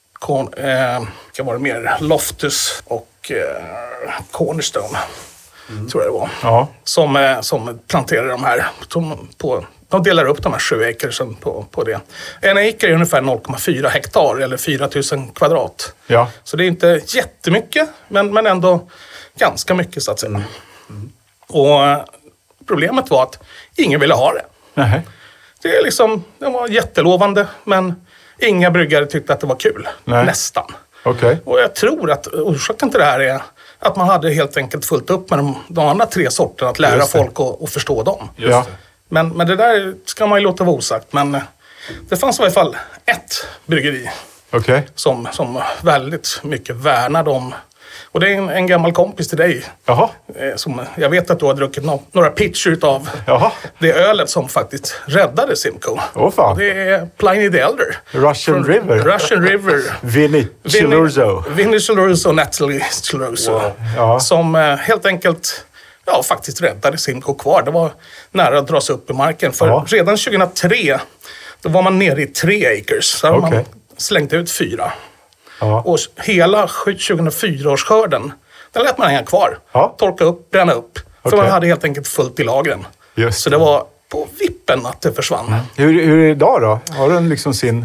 Loftus och Cornerstone. Tror jag det var. Ja. Som planterade de här de delar upp de här 7 acresen på det. En acre är ungefär 0,4 hektar eller 4000 kvadrat. Ja. Så det är inte jättemycket, men ändå ganska mycket så att säga. Och problemet var att ingen ville ha det. Nej. Det var jättelovande, men inga bryggare tyckte att det var kul. Nej. Nästan. Okay. Och jag tror att orsaken till det här är att man hade helt enkelt fullt upp med de andra 3 sorterna att lära folk att förstå dem. Just det. Men det där ska man ju låta vara osagt. Men det fanns i alla fall ett bryggeri som väldigt mycket värnade om. Och det är en gammal kompis till dig. Jaha. Jag vet att du har druckit några pitcher av det ölet som faktiskt räddade Simcoe. Fan. Och det är Pliny the Elder. Russian River. Vinnie Chilurzo och Natalie Chilurzo. Wow. Ja. Som helt enkelt faktiskt räddade Simcoe kvar. Det var nära att dras upp i marken. För redan 2003 då var man nere i 3 acres. Så man slängt ut 4. Ja. Och hela 2004-årsskörden, den lät man hänga kvar. Ja. Torka upp, bränna upp. För man hade helt enkelt fullt i lagren. Så det var på vippen att det försvann. Hur är det idag då? Har den liksom sin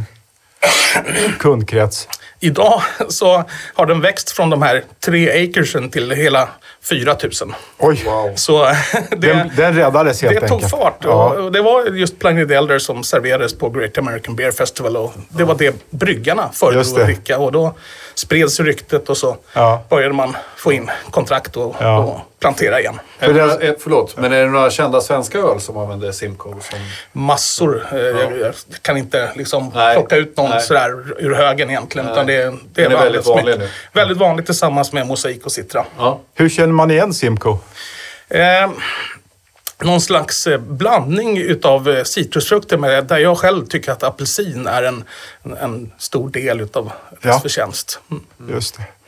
kundkrets? Idag så har den växt från de här 3 acresen till hela 4000. Oj! Wow. Så den räddades helt enkelt. Det tog fart. Och det var just Pliny the Elder som serverades på Great American Beer Festival. Och det var det bryggarna föredrog att dricka. Och då spreds ryktet och så började man få in kontrakt och plantera igen. Men är det några kända svenska öl som använder Simcoe? Massor. Jag kan inte plocka ut någon sådär ur högen egentligen. Utan det är väldigt vanligt nu. Väldigt vanligt tillsammans med Mosaik och Citra. Ja. Hur känner man igen Simcoe? Någon slags blandning utav citrusfrukter med där jag själv tycker att apelsin är en stor del utav dess förtjänst. Just det.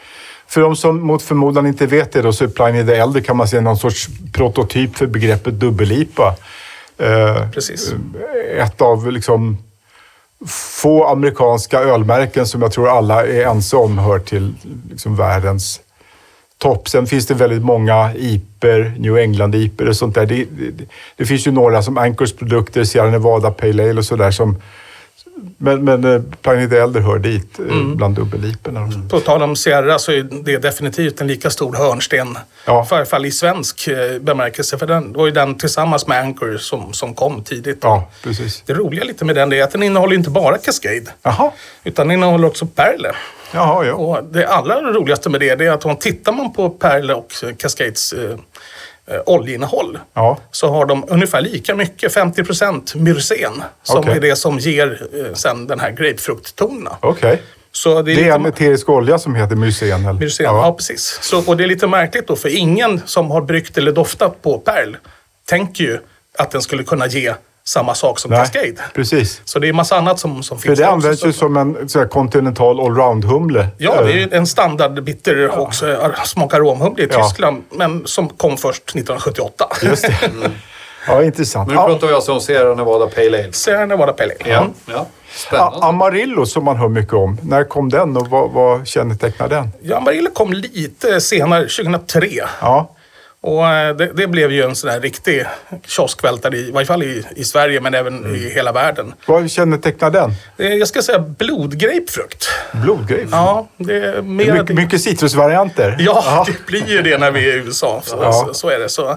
För de som mot förmodan inte vet det då, så är Pliny the Elder kan man säga någon sorts prototyp för begreppet dubbel-IPA. Precis. Ett av liksom få amerikanska ölmärken som jag tror alla är ense om hör till liksom världens topp. Sen finns det väldigt många IPer, New England-IPer och sånt där. Det finns ju några som Anchors produkter, Sierra Nevada Pale Ale och sådär som... Men Pliny the Elder hör dit bland dubbel-IPerna. På tal om Sierra så är det definitivt en lika stor hörnsten. Ja. I alla fall i svensk bemärkelse. För den var ju den tillsammans med Anchor som kom tidigt. Ja, precis. Det roliga lite med den är att den innehåller inte bara Cascade. Jaha. Utan den innehåller också Perle. Jaha, ja. Och det allra roligaste med det är att om tittar man på Perle och Cascades oljeinnehåll så har de ungefär lika mycket, 50% myrcen, som är det som ger sen den här grapefrukttonerna. Okej. Så det är en eterisk olja som heter myrcen? Eller? Myrcen, ja precis. Och det är lite märkligt då, för ingen som har bryggt eller doftat på Perle tänker ju att den skulle kunna ge samma sak som Cascade. Precis. Så det är massa annat som finns. För det används ju som en sån här kontinental allround-humle. Ja, det är ju en standardbitter också, smakar romhumle i Tyskland, men som kom först 1978. Just det. Ja, intressant. Men nu pratar vi alltså om Sierra Nevada Pale Ale. Sierra Nevada Pale Ale. Ja. Spännande. Amarillo som man hör mycket om. När kom den och vad kännetecknar den? Ja, Amarillo kom lite senare, 2003. Ja. Och det blev ju en sån här riktig kioskvältare, i varje fall i Sverige, men även i hela världen. Vad kännetecknar den? Jag ska säga blodgrapefrukt. Blodgrapefrukt? Ja, det är mer... Mycket citrusvarianter? Ja, det blir ju det när vi är i USA. Så är det. Så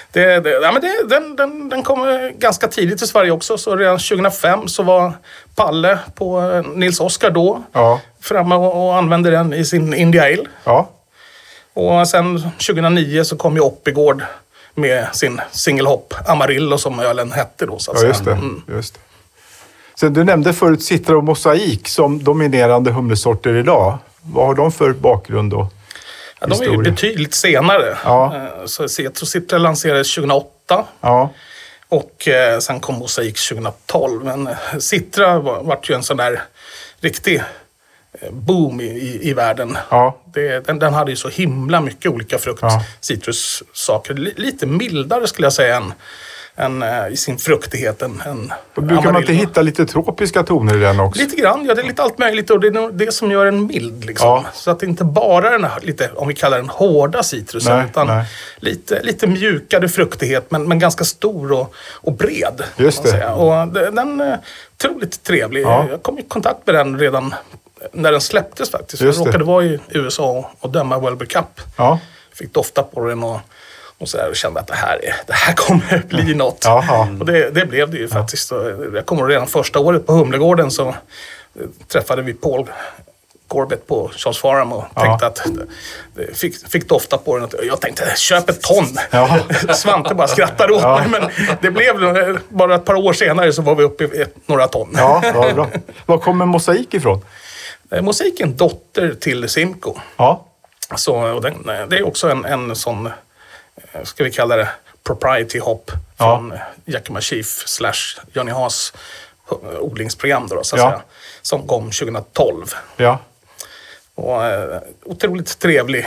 den kom ganska tidigt i Sverige också. Så redan 2005 så var Palle på Nils Oskar då framme och använde den i sin India Ale. Ja. Och sen 2009 så kom ju Oppigård med sin single hop Amarillo som ölen hette då. Så att just det. Just det. Sen du nämnde förut Citra och Mosaik som dominerande humlesorter idag. Vad har de för bakgrund då? Ja, de är ju betydligt senare. Ja. Så Citra lanserades 2008. Ja. Och sen kom Mosaik 2012. Men Citra var ju en sån där riktig boom i världen. Ja. Den hade ju så himla mycket olika citrussaker. Lite mildare skulle jag säga än i sin fruktighet än brukar man inte hitta lite tropiska toner i den också? Lite grann, ja. Det är lite allt möjligt och det är det som gör en mild. Liksom. Ja. Så att det inte bara är den här, lite, om vi kallar den hårda citrusen, utan lite mjukare fruktighet men ganska stor och bred. Just det. Och den är otroligt trevlig. Ja. Jag kom i kontakt med den redan när den släpptes faktiskt. Jag råkade vara i USA och döma World Cup. Ja. Fick dofta på den och så där och kände att det här kommer bli något. Och det blev det ju faktiskt. Jag kommer redan första året på Humlegården så träffade vi Paul Corbett på Charles Farham och tänkte att fick dofta på den. Jag tänkte, köp ett ton. Ja. Svante bara skrattade åt mig, men det blev bara ett par år senare så var vi uppe i några ton. Ja, bra. Var kommer Mosaik ifrån? Mosaik är en dotter till Simcoe. Ja. Så det är också en sån, ska vi kalla det, propriety hop från Yakima Chief / Johnny Haas odlingsprogram då, så att säga, som kom 2012. Ja. Och otroligt trevlig.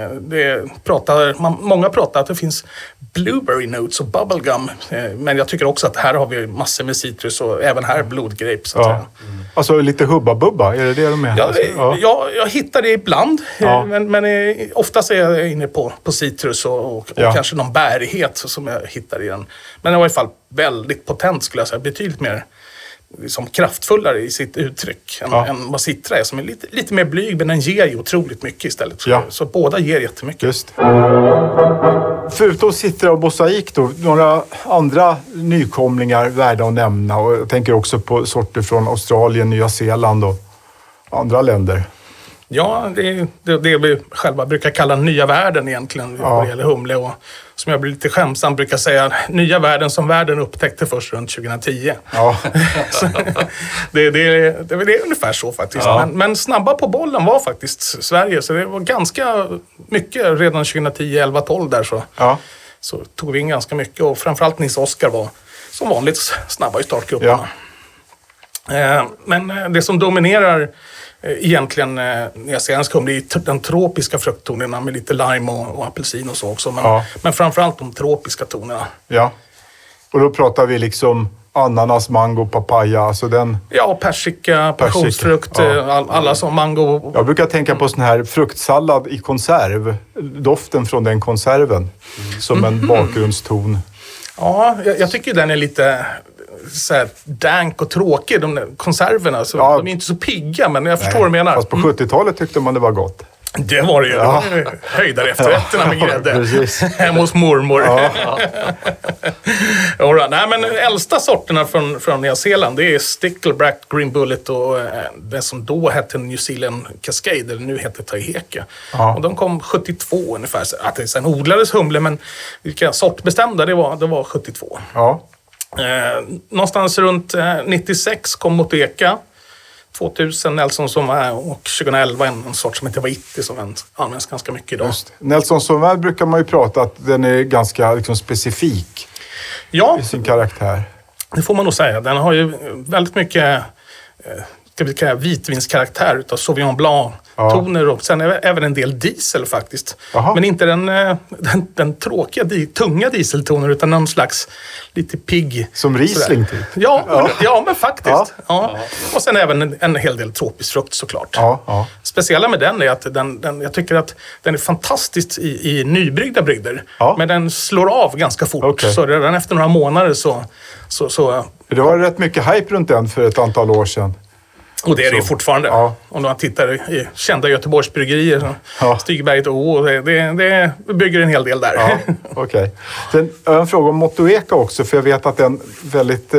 Många pratar att det finns blueberry notes och bubblegum. Men jag tycker också att här har vi massor med citrus och även här blodgrape. Så att säga. Alltså lite hubba-bubba, är det de menar? Jag hittar det ibland. Men oftast är jag inne på citrus och kanske någon bärighet som jag hittar i den. Men i alla fall väldigt potent skulle jag säga. Betydligt mer liksom kraftfullare i sitt uttryck än vad Citra är, som är lite mer blyg, men den ger ju otroligt mycket istället. Så båda ger jättemycket. Just. Förutom Citra och Mosaik då, några andra nykomlingar värda att nämna, och jag tänker också på sorter från Australien, Nya Zeeland och andra länder. Ja, det är det vi själva brukar kalla nya världen egentligen vad det gäller humle, och som jag blir lite skämsam brukar säga, nya världen som världen upptäckte först runt 2010. Ja. det är ungefär så faktiskt. Ja. Men snabba på bollen var faktiskt Sverige, så det var ganska mycket redan 2010, 11, 12 där så tog vi in ganska mycket, och framförallt Nils Oskar var som vanligt snabba i startgrupperna. Ja. Men det som dominerar egentligen nyzeeländsk humle i den tropiska frukttonerna med lite lime och apelsin och så också. Men framförallt de tropiska tonerna. Ja, och då pratar vi liksom ananas, mango, papaya, alltså den... Ja, persika, passionsfrukt, alla som mango. Jag brukar tänka på sån här fruktsallad i konserv. Doften från den konserven som en bakgrundston. Ja, jag tycker den är lite så här dank och tråkig, de där konserverna. Så de är inte så pigga, men jag förstår vad du menar. Fast på 70-talet tyckte man det var gott. Det var det ju. Ja. Höjdare efterrätterna med grädde. Precis. Hemma hos mormor. Ja. Nej, men äldsta sorterna från Nya Zeeland, det är Stickleback, Green Bullet och det som då hette New Zealand Cascade, eller nu heter Taiheke. Och de kom 72 ungefär. Att det sen odlades humle, men vilka sortbestämda det var 72. Ja. Någonstans runt 96 kom Motueka. 2000 Nelson Sauvin och 2011 en sort som heter Waiiti som används ganska mycket idag. Just. Nelson Sauvin brukar man ju prata att den är ganska liksom specifik i sin karaktär. Det får man nog säga. Den har ju väldigt mycket vitvinskaraktär utav Sauvignon Blanc-toner och sen även en del diesel faktiskt. Aha. Men inte den tråkiga, tunga dieseltoner utan någon slags lite pigg. Som Riesling typ? Ja, men faktiskt. Ja. Och sen även en hel del tropisk frukt såklart. Ja. Speciella med den är att jag tycker att den är fantastisk i nybryggda brygder. Ja. Men den slår av ganska fort. Okay. Så redan efter några månader så... Det var rätt mycket hype runt den för ett antal år sedan. Och det är det fortfarande. Ja. Om man tittar i kända Göteborgsbryggerier, Stigberget och Å, det bygger en hel del där. Ja, okej. Sen har jag en fråga om Motueka också, för jag vet att en väldigt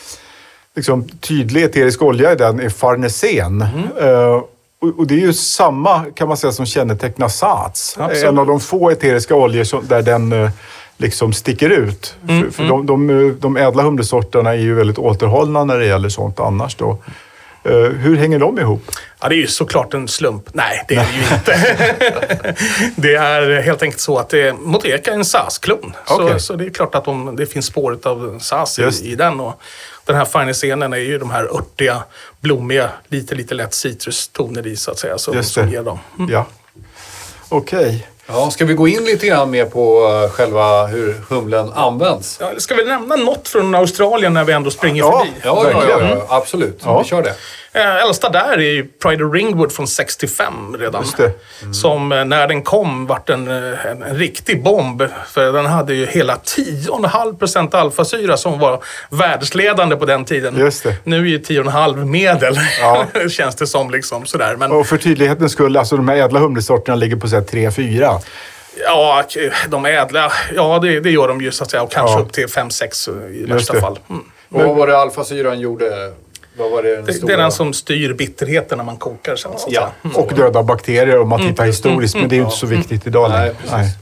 tydlig eterisk olja i den är farnesen. Och det är ju samma, kan man säga, som kännetecknar Saaz. En av de få eteriska oljor där den liksom sticker ut. För de ädla humlesorterna är ju väldigt återhållna när det gäller sånt annars då. Hur hänger de ihop? Ja, det är ju såklart en slump. Nej, det är det ju inte. Det är helt enkelt så att Motueka är en Saaz-klon. Okay. Så det är klart att det finns spåret av Saaz i den. Och den här farnesenen är ju de här örtiga, blommiga, lite lätt citrustoner i så att säga. Som ger dem. Ja, okej. Ja, ska vi gå in lite grann mer på själva hur humlen används? Ja, ska vi nämna något från Australien när vi ändå springer förbi? Ja, absolut. Ja. Vi kör det. Äldsta där är ju Pride of Ringwood från 65 redan. Just det. Som när den kom vart en riktig bomb. För den hade ju hela 10,5% alfasyra som var världsledande på den tiden. Just det. Nu är ju 10,5 medel. Ja. Känns det som liksom sådär. Men... Och för tydlighetens skull, alltså de här ädla humlesorterna ligger på 3-4. Ja, de ädla, det gör de ju så att säga. Och kanske upp till 5-6 i värsta fall. Och vad var det alfasyran gjorde? Vad var det är den som styr bitterheten när man kokar sen. Och döda bakterier om man tittar historiskt. Men det är ju inte så viktigt idag. Nej.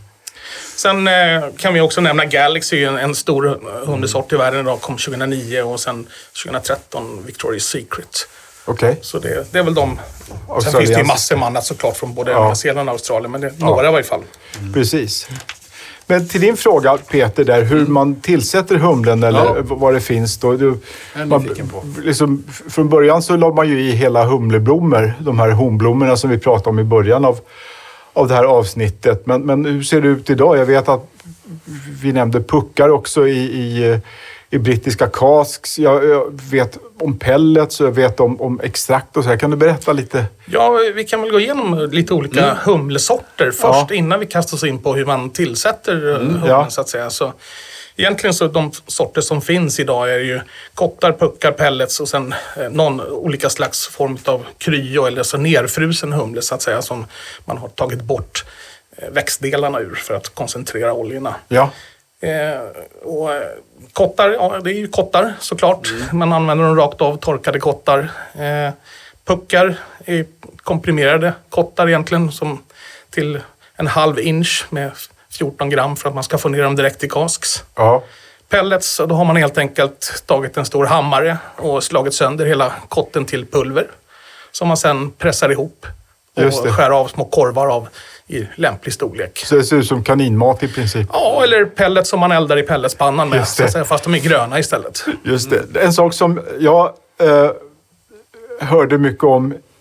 Sen kan vi också nämna Galaxy, en stor humlesort i världen idag, kom 2009 och sen 2013 Victoria's Secret. Okay. Så det är väl de. Sen finns det ju massor med annat såklart från både Nya Zeeland och Australien, men det är några i varje fall. Precis. Men till din fråga, Peter, där hur man tillsätter humlen eller vad det finns då. Liksom, från början så la man ju i hela humleblommor, de här honblommorna som vi pratade om i början av det här avsnittet. Men hur ser det ut idag? Jag vet att vi nämnde puckar också i brittiska casks. Jag vet om pellets och jag vet om extrakt och så här. Kan du berätta lite? Ja, vi kan väl gå igenom lite olika humlesorter först innan vi kastar oss in på hur man tillsätter humlen så att säga. Så egentligen så de sorter som finns idag är ju kottar, puckar, pellets och sen någon olika slags form av kryo eller så nerfrusen humle så att säga som man har tagit bort växtdelarna ur för att koncentrera oljorna. Ja. Och kottar, det är ju kottar såklart. Man använder dem rakt av, torkade kottar. Puckar är komprimerade kottar egentligen som till 1/2 inch med 14 gram för att man ska få ner dem direkt i casks. Ja. Pellets, då har man helt enkelt tagit en stor hammare och slagit sönder hela kotten till pulver. Som man sen pressar ihop och skär av små korvar av i lämplig storlek. Så det ser ut som kaninmat i princip? Ja, eller pellet som man eldar i pelletspannan med, så att säga, fast de är gröna istället. Just det. En sak som jag hörde mycket om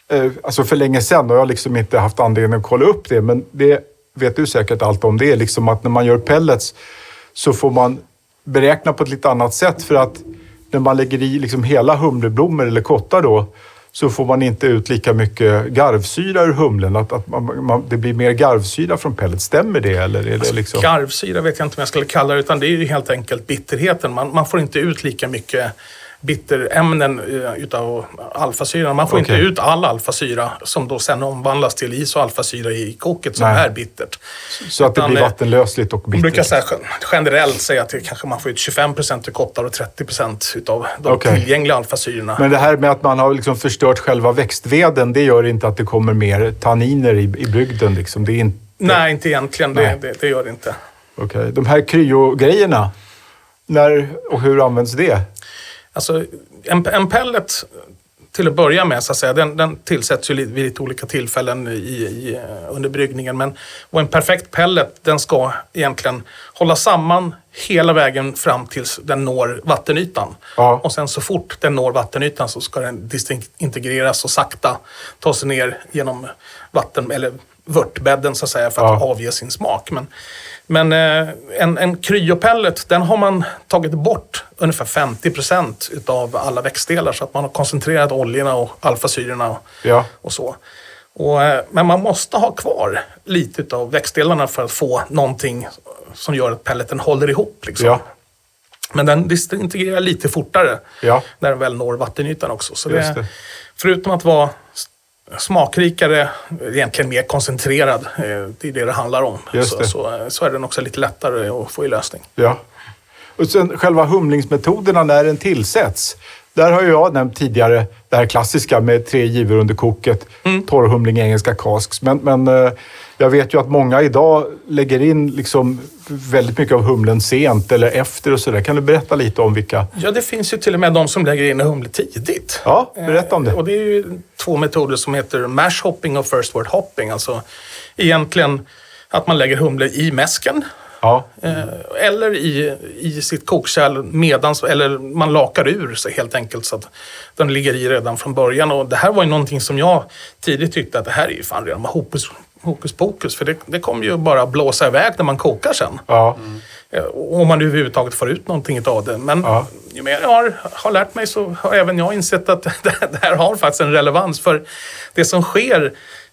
alltså för länge sedan, och jag har liksom inte haft anledning att kolla upp det, men det vet du säkert allt om det, liksom att när man gör pellets så får man beräkna på ett lite annat sätt, för att när man lägger i liksom hela humleblommor eller kottar då, så får man inte ut lika mycket garvsyra ur humlen. Att det blir mer garvsyra från pellet. Stämmer det? Eller är det liksom... Garvsyra vet jag inte om jag skulle kalla det, utan det är ju helt enkelt bitterheten. Man får inte ut lika mycket bitterämnen utav alfasyra. Man får inte ut all alfasyra som då sen omvandlas till isoalfasyra i koket som är bittert. Så att det blir vattenlösligt och bittert. Man brukar säga, generellt säga att det kanske man får ut 25% ur kottar och 30% utav de tillgängliga alfasyrorna. Men det här med att man har liksom förstört själva växtveden, det gör inte att det kommer mer tanniner i brygden? Liksom. Det är inte... Nej, inte egentligen. Det gör det inte. Okej. De här kryogrejerna, när och hur används det? Alltså, en pellet till att börja med, så att säga, den tillsätts ju vid lite olika tillfällen under bryggningen. Och en perfekt pellet, den ska egentligen hålla samman hela vägen fram tills den når vattenytan. Ja. Och sen så fort den når vattenytan så ska den disintegreras och sakta ta sig ner genom vatten eller vörtbädden, så att säga, för att avge sin smak. Men en kryopellet, den har man tagit bort ungefär 50% utav alla växtdelar, så att man har koncentrerat oljorna och alfasyrorna och så. Men man måste ha kvar lite utav växtdelarna för att få någonting som gör att pelleten håller ihop. Liksom. Ja. Men den disintegrerar lite fortare när den väl når vattenytan också. Så det, förutom att vara smakrikare, egentligen mer koncentrerad, det är det handlar om. Så är den också lite lättare att få i lösning. Ja. Och sen själva humlingsmetoderna när den tillsätts. Där har jag nämnt tidigare det här klassiska med 3 givor under koket, torrhumling, engelska casks. Men jag vet ju att många idag lägger in liksom väldigt mycket av humlen sent eller efter och sådär. Kan du berätta lite om vilka? Ja, det finns ju till och med de som lägger in humle tidigt. Ja, berätta om det. Och det är ju 2 metoder som heter mash hopping och first wort hopping. Alltså egentligen att man lägger humle i mäsken. Ja. Eller i sitt kokkärl eller man lakar ur sig helt enkelt så att den ligger i redan från början. Och det här var ju någonting som jag tidigt tyckte att det här är ju fan redan hokus pokus, för det kommer ju bara blåsa iväg när man kokar sen. Ja. Om man överhuvudtaget får ut någonting av det. Men ju mer jag har lärt mig så har även jag insett att det här har faktiskt en relevans, för det som sker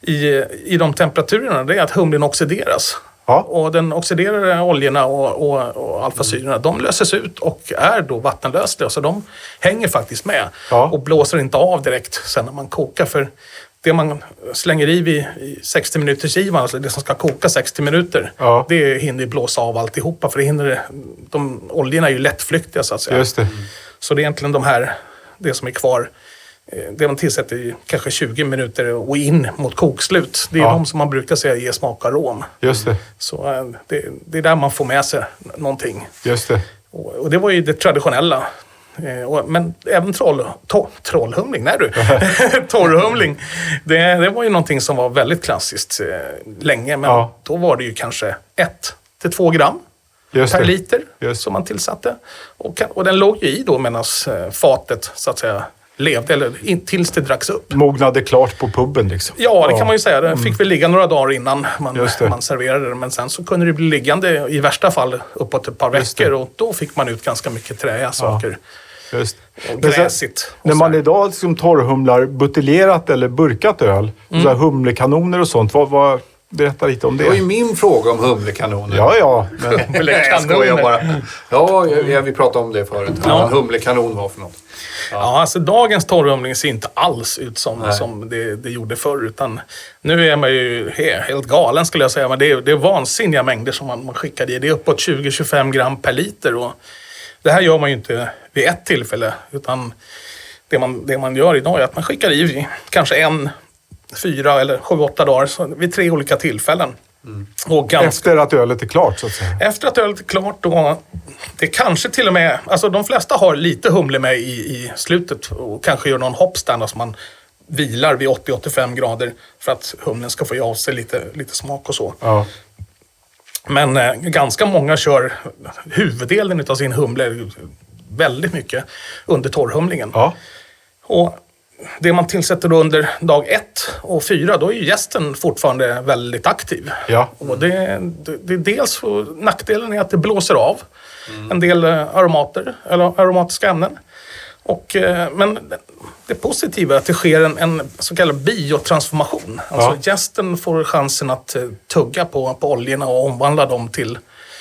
i de temperaturerna, det är att humlen oxideras. Ja. Och den oxiderade oljorna och alfasyrorna, de löses ut och är då vattenlösliga. Så de hänger faktiskt med och blåser inte av direkt sen när man kokar. För det man slänger i 60 minuters givan, alltså det som ska koka 60 minuter, det hinner blåsa av alltihopa. För de oljorna är ju lättflyktiga, så att säga. Just det. Så det är egentligen det som är kvar. Det man tillsätter i kanske 20 minuter och in mot kokslut. Det är de som man brukar säga ger smak och arom. Just det. Så det är där man får med sig någonting. Just det. Och det var ju det traditionella. Men även trollhumling, torrhumling. Det var ju någonting som var väldigt klassiskt länge. Men då var det ju kanske 1-2 gram per liter som man tillsatte. Och den låg ju i då medan fatet, så att säga, levde, eller tills det dracks upp. Mognade klart på puben liksom. Ja, det kan man ju säga. Den fick väl ligga några dagar innan man serverade det. Men sen så kunde det bli liggande i värsta fall uppåt ett par veckor. Och då fick man ut ganska mycket träiga saker. Just. Och gräsigt. När man idag liksom torrhumlar buteljerat eller burkat öl, så här humlekanoner och sånt, berätta lite om det. Det var ju min fråga om humlekanoner. Ja. Men jag skojar bara. Ja, vi pratade om det förut. Vad en humlekanon var för något. Ja, alltså dagens torrhumling ser inte alls ut som det gjorde förr, utan nu är man ju helt galen, skulle jag säga. Men det är vansinniga mängder som man skickar i. Det är uppåt 20-25 gram per liter, och det här gör man ju inte vid ett tillfälle, utan det man gör idag är att man skickar i kanske 4 eller 7-8 dagar, så vid 3 olika tillfällen. Och efter att ölet är klart, så att säga. Efter att ölet är klart, då det kanske till och med, alltså de flesta har lite humle med i slutet och kanske gör någon hoppstand, alltså man vilar vid 80-85 grader för att humlen ska få i av sig lite smak och så. Ja. Men ganska många kör huvuddelen av sin humle väldigt mycket under torrhumlingen. Ja. Och det man tillsätter då under dag 1 och 4, då är ju jästen fortfarande väldigt aktiv. Ja. Och det är dels nackdelen är att det blåser av en del aromater eller aromatiska ämnen. Men det positiva är att det sker en så kallad biotransformation. Alltså jästen får chansen att tugga på oljorna och omvandla dem till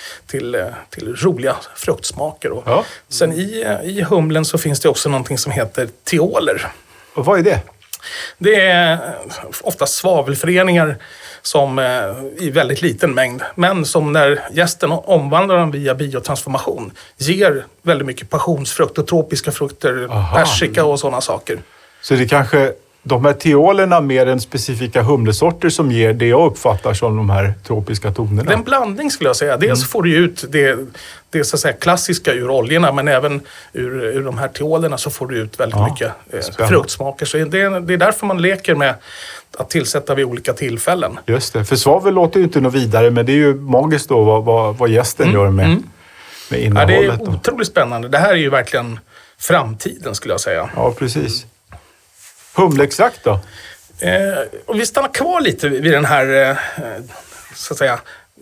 roliga fruktsmaker. Sen i humlen så finns det också någonting som heter teoler. Och vad är det? Det är ofta svavelföreningar som i väldigt liten mängd, men som när jästen omvandlar dem via biotransformation ger väldigt mycket passionsfrukt och tropiska frukter, persika och sådana saker. Så det kanske de här teolerna mer än specifika humlesorter som ger det jag uppfattar som de här tropiska tonerna? Det är en blandning skulle jag säga. Dels får du ut det så att säga klassiska ur oljorna, men även ur de här teolerna så får du ut väldigt mycket fruktsmaker. Så det är därför man leker med att tillsätta vid olika tillfällen. Just det, för svavel låter ju inte något vidare, men det är ju magiskt då vad jästen gör med innehållet. Ja, det är otroligt spännande. Det här är ju verkligen framtiden skulle jag säga. Ja, precis. Humleextrakt då? Och vi stannar kvar lite vid den här så att säga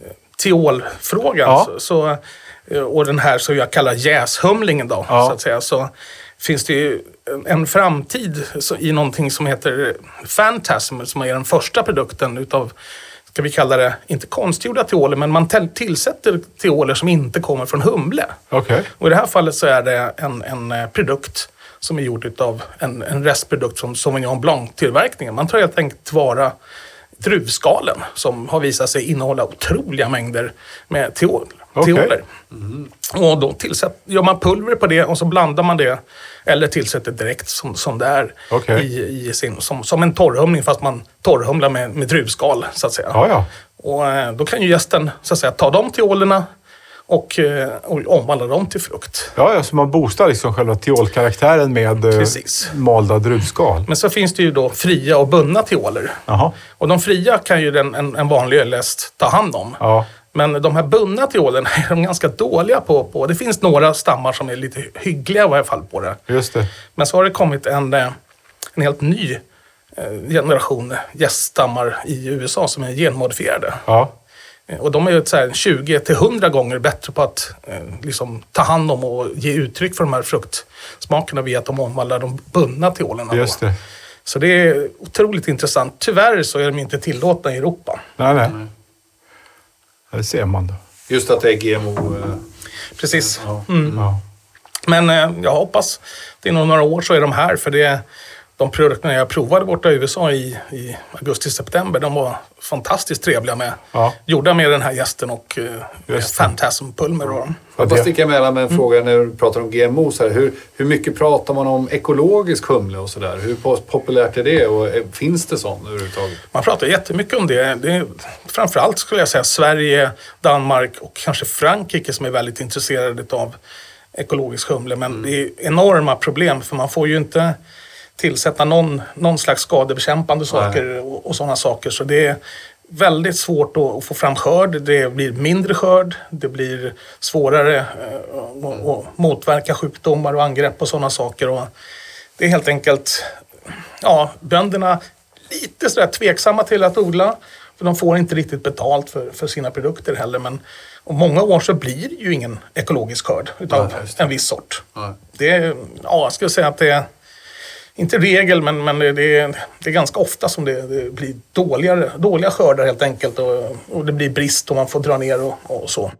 teolfrågan och den här som jag kallar jäshumlingen då, så att säga, så finns det ju en framtid i någonting som heter Phantasm, som är den första produkten utav, ska vi kalla det, inte konstgjorda teoler, men man tillsätter teoler som inte kommer från humle. Okay. Och i det här fallet så är det en produkt som är gjord av en restprodukt från Sauvignon Blanc-tillverkningen. Man tar helt enkelt vara druvskalen som har visat sig innehålla otroliga mängder med teoler. Och då gör man pulver på det och så blandar man det eller tillsätter direkt som det är i som en torrhumling, fast man torrhumlar med druvskal så att säga. Och då kan ju jästen så att säga ta de teolerna och omvandla dem till frukt. Ja, så man boostar liksom själva teolkaraktären med malda druvskal. Men så finns det ju då fria och bundna teoler. Och de fria kan ju en vanlig ölläst ta hand om. Men de här bundna teolerna är de ganska dåliga på. Det finns några stammar som är lite hyggliga i varje fall på det. Just det. Men så har det kommit en helt ny generation jäststammar i USA som är genmodifierade. Och de är ju 20-100 gånger bättre på att liksom ta hand om och ge uttryck för de här fruktsmakerna via att de omvandlar de bundna teolerna. Just det. Så det är otroligt intressant. Tyvärr så är de inte tillåtna i Europa. Nej. Det ser man då. Just att det är GMO. Precis. Men jag hoppas det är nog några år så är de här, för de produkterna jag provade borta i USA i augusti-september, de var fantastiskt trevliga med. Gjorda med den här jästen och Phantasm-pulver. Jag bara sticka emellan med en fråga när du pratar om GMO. Så här, hur mycket pratar man om ekologisk humle och sådär? Hur populärt är det och finns det sånt överhuvudtaget? Man pratar jättemycket om det. Det är, framförallt skulle jag säga Sverige, Danmark och kanske Frankrike som är väldigt intresserade av ekologisk humle. Men det är enorma problem, för man får ju inte tillsätta någon slags skadebekämpande saker och sådana saker. Så det är väldigt svårt att få fram skörd. Det blir mindre skörd. Det blir svårare att motverka sjukdomar och angrepp och sådana saker. Och det är helt enkelt bönderna lite sådär tveksamma till att odla. För de får inte riktigt betalt för sina produkter heller. Men om många år så blir det ju ingen ekologisk skörd utav en viss sort. Det är, jag skulle säga att det är inte regel, men det är ganska ofta som det blir dåliga skördar helt enkelt. Och det blir brist och man får dra ner och så.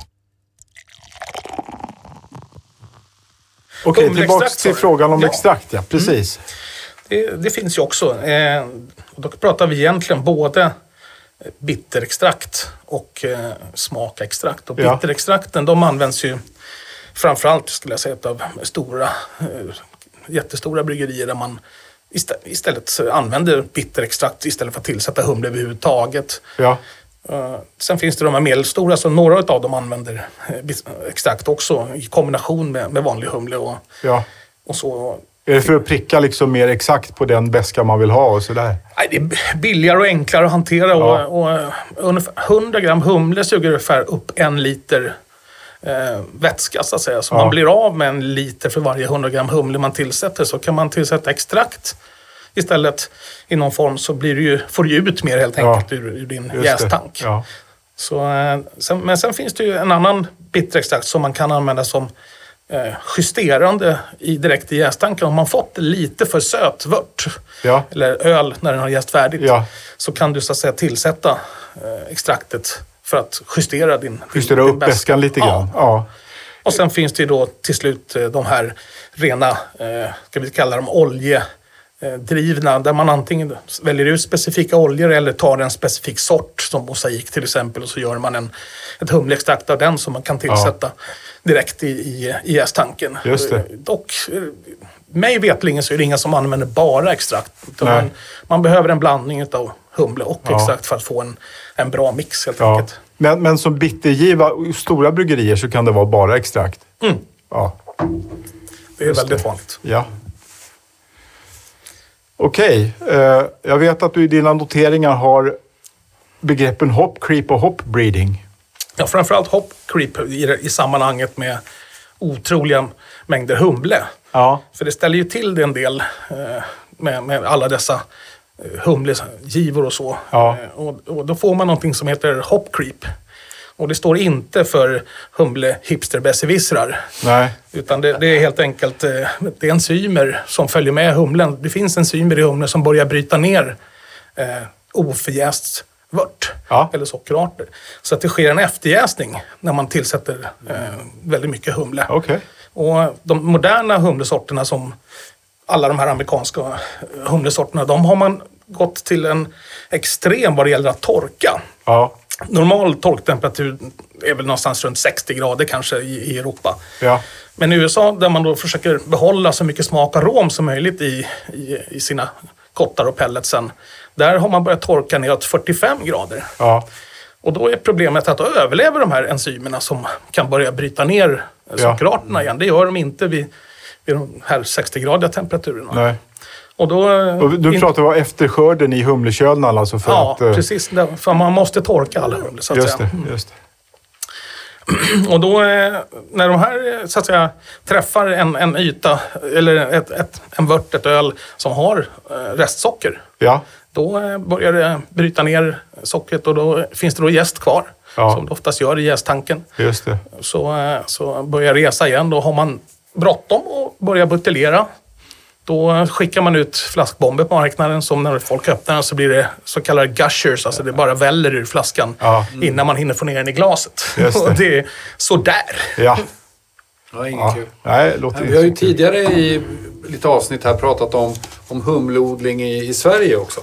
Okej, tillbaka till frågan om extrakt. Ja, precis. Det finns ju också. Då pratar vi egentligen både bitterextrakt och smakextrakt. Och bitterextrakten, de används ju framförallt, skulle jag säga, av jättestora bryggerier där man istället använder bitterextrakt istället för att tillsätta humle överhuvudtaget. Sen finns det de här medelstora, så några av dem använder extrakt också i kombination med vanlig humle och så. Är det för att pricka liksom mer exakt på den beska man vill ha och sådär? Nej, det är billigare och enklare att hantera. Och ungefär 100 gram humle suger ungefär upp 1 liter vätska så att säga. Så man blir av med 1 liter för varje 100 gram humle man tillsätter. Så kan man tillsätta extrakt istället i någon form så får du ut mer helt enkelt ur din jästank. Ja. Så, men sen finns det ju en annan bitterextrakt som man kan använda som justerande direkt i jästanken. Om man fått lite för söt vört eller öl när den har jäst färdigt så kan du så att säga tillsätta extraktet för att justera din upp väskan lite grann. Ja. Och sen finns det ju då till slut de här rena, ska vi kalla dem oljedrivna, där man antingen väljer ut specifika oljor eller tar en specifik sort som mosaik till exempel och så gör man ett humleextrakt av den som man kan tillsätta direkt i jästanken. Just det. Dock, mig vetlingen så är det inga som använder bara extrakt. Man behöver en blandning av humle och extrakt för att få en bra mix helt enkelt. Men som bittergiva i stora bryggerier så kan det vara bara extrakt? Ja. Det är väldigt vanligt. Ja. Okej. Jag vet att du i dina noteringar har begreppen hop creep och hop breeding. Ja, framförallt hop creep i sammanhanget med otroliga mängder humle. Ja. För det ställer ju till det en del med alla dessa humlegivor och så. Ja. Och då får man någonting som heter hop creep. Och det står inte för humle hipster besserwissrar. Nej. Utan det är helt enkelt det är enzymer som följer med humlen. Det finns enzymer i humlen som börjar bryta ner oförjäst vört eller sockerarter. Så att det sker en efterjäsning när man tillsätter väldigt mycket humle. Okay. Och de moderna humlesorterna som alla de här amerikanska humlesorterna, de har man gått till en extrem vad det gäller att torka. Ja. Normal torktemperatur är väl någonstans runt 60 grader kanske i Europa. Ja. Men i USA där man då försöker behålla så mycket smak och arom som möjligt i sina kottar och pelletsen. Där har man börjat torka ner till 45 grader. Ja. Och då är problemet att då överlever de här enzymerna som kan börja bryta ner sockerarterna igen. Det gör de inte vid de här 60-gradiga temperaturerna. Nej. Och du pratar om efterskörden i humlekölnan alltså för att... precis. För man måste torka alla humle så att säga. Just det. Och då när de här så att säga träffar en yta eller en vört, ett öl som har restsocker. Ja. Då börjar det bryta ner sockret och då finns det då jäst kvar. Ja. Som det oftast gör i jästtanken. Just det. Så börjar resa igen. Då har man bråttom och börjar buteljera. Då skickar man ut flaskbomber på marknaden som när folk öppnar den så blir det så kallade gushers. Alltså det bara väller ur flaskan innan man hinner få ner den i glaset. Just det. Och det är sådär. Ja, ingen kul. Nej, vi har ju tidigare i lite avsnitt här pratat om humleodling i Sverige också.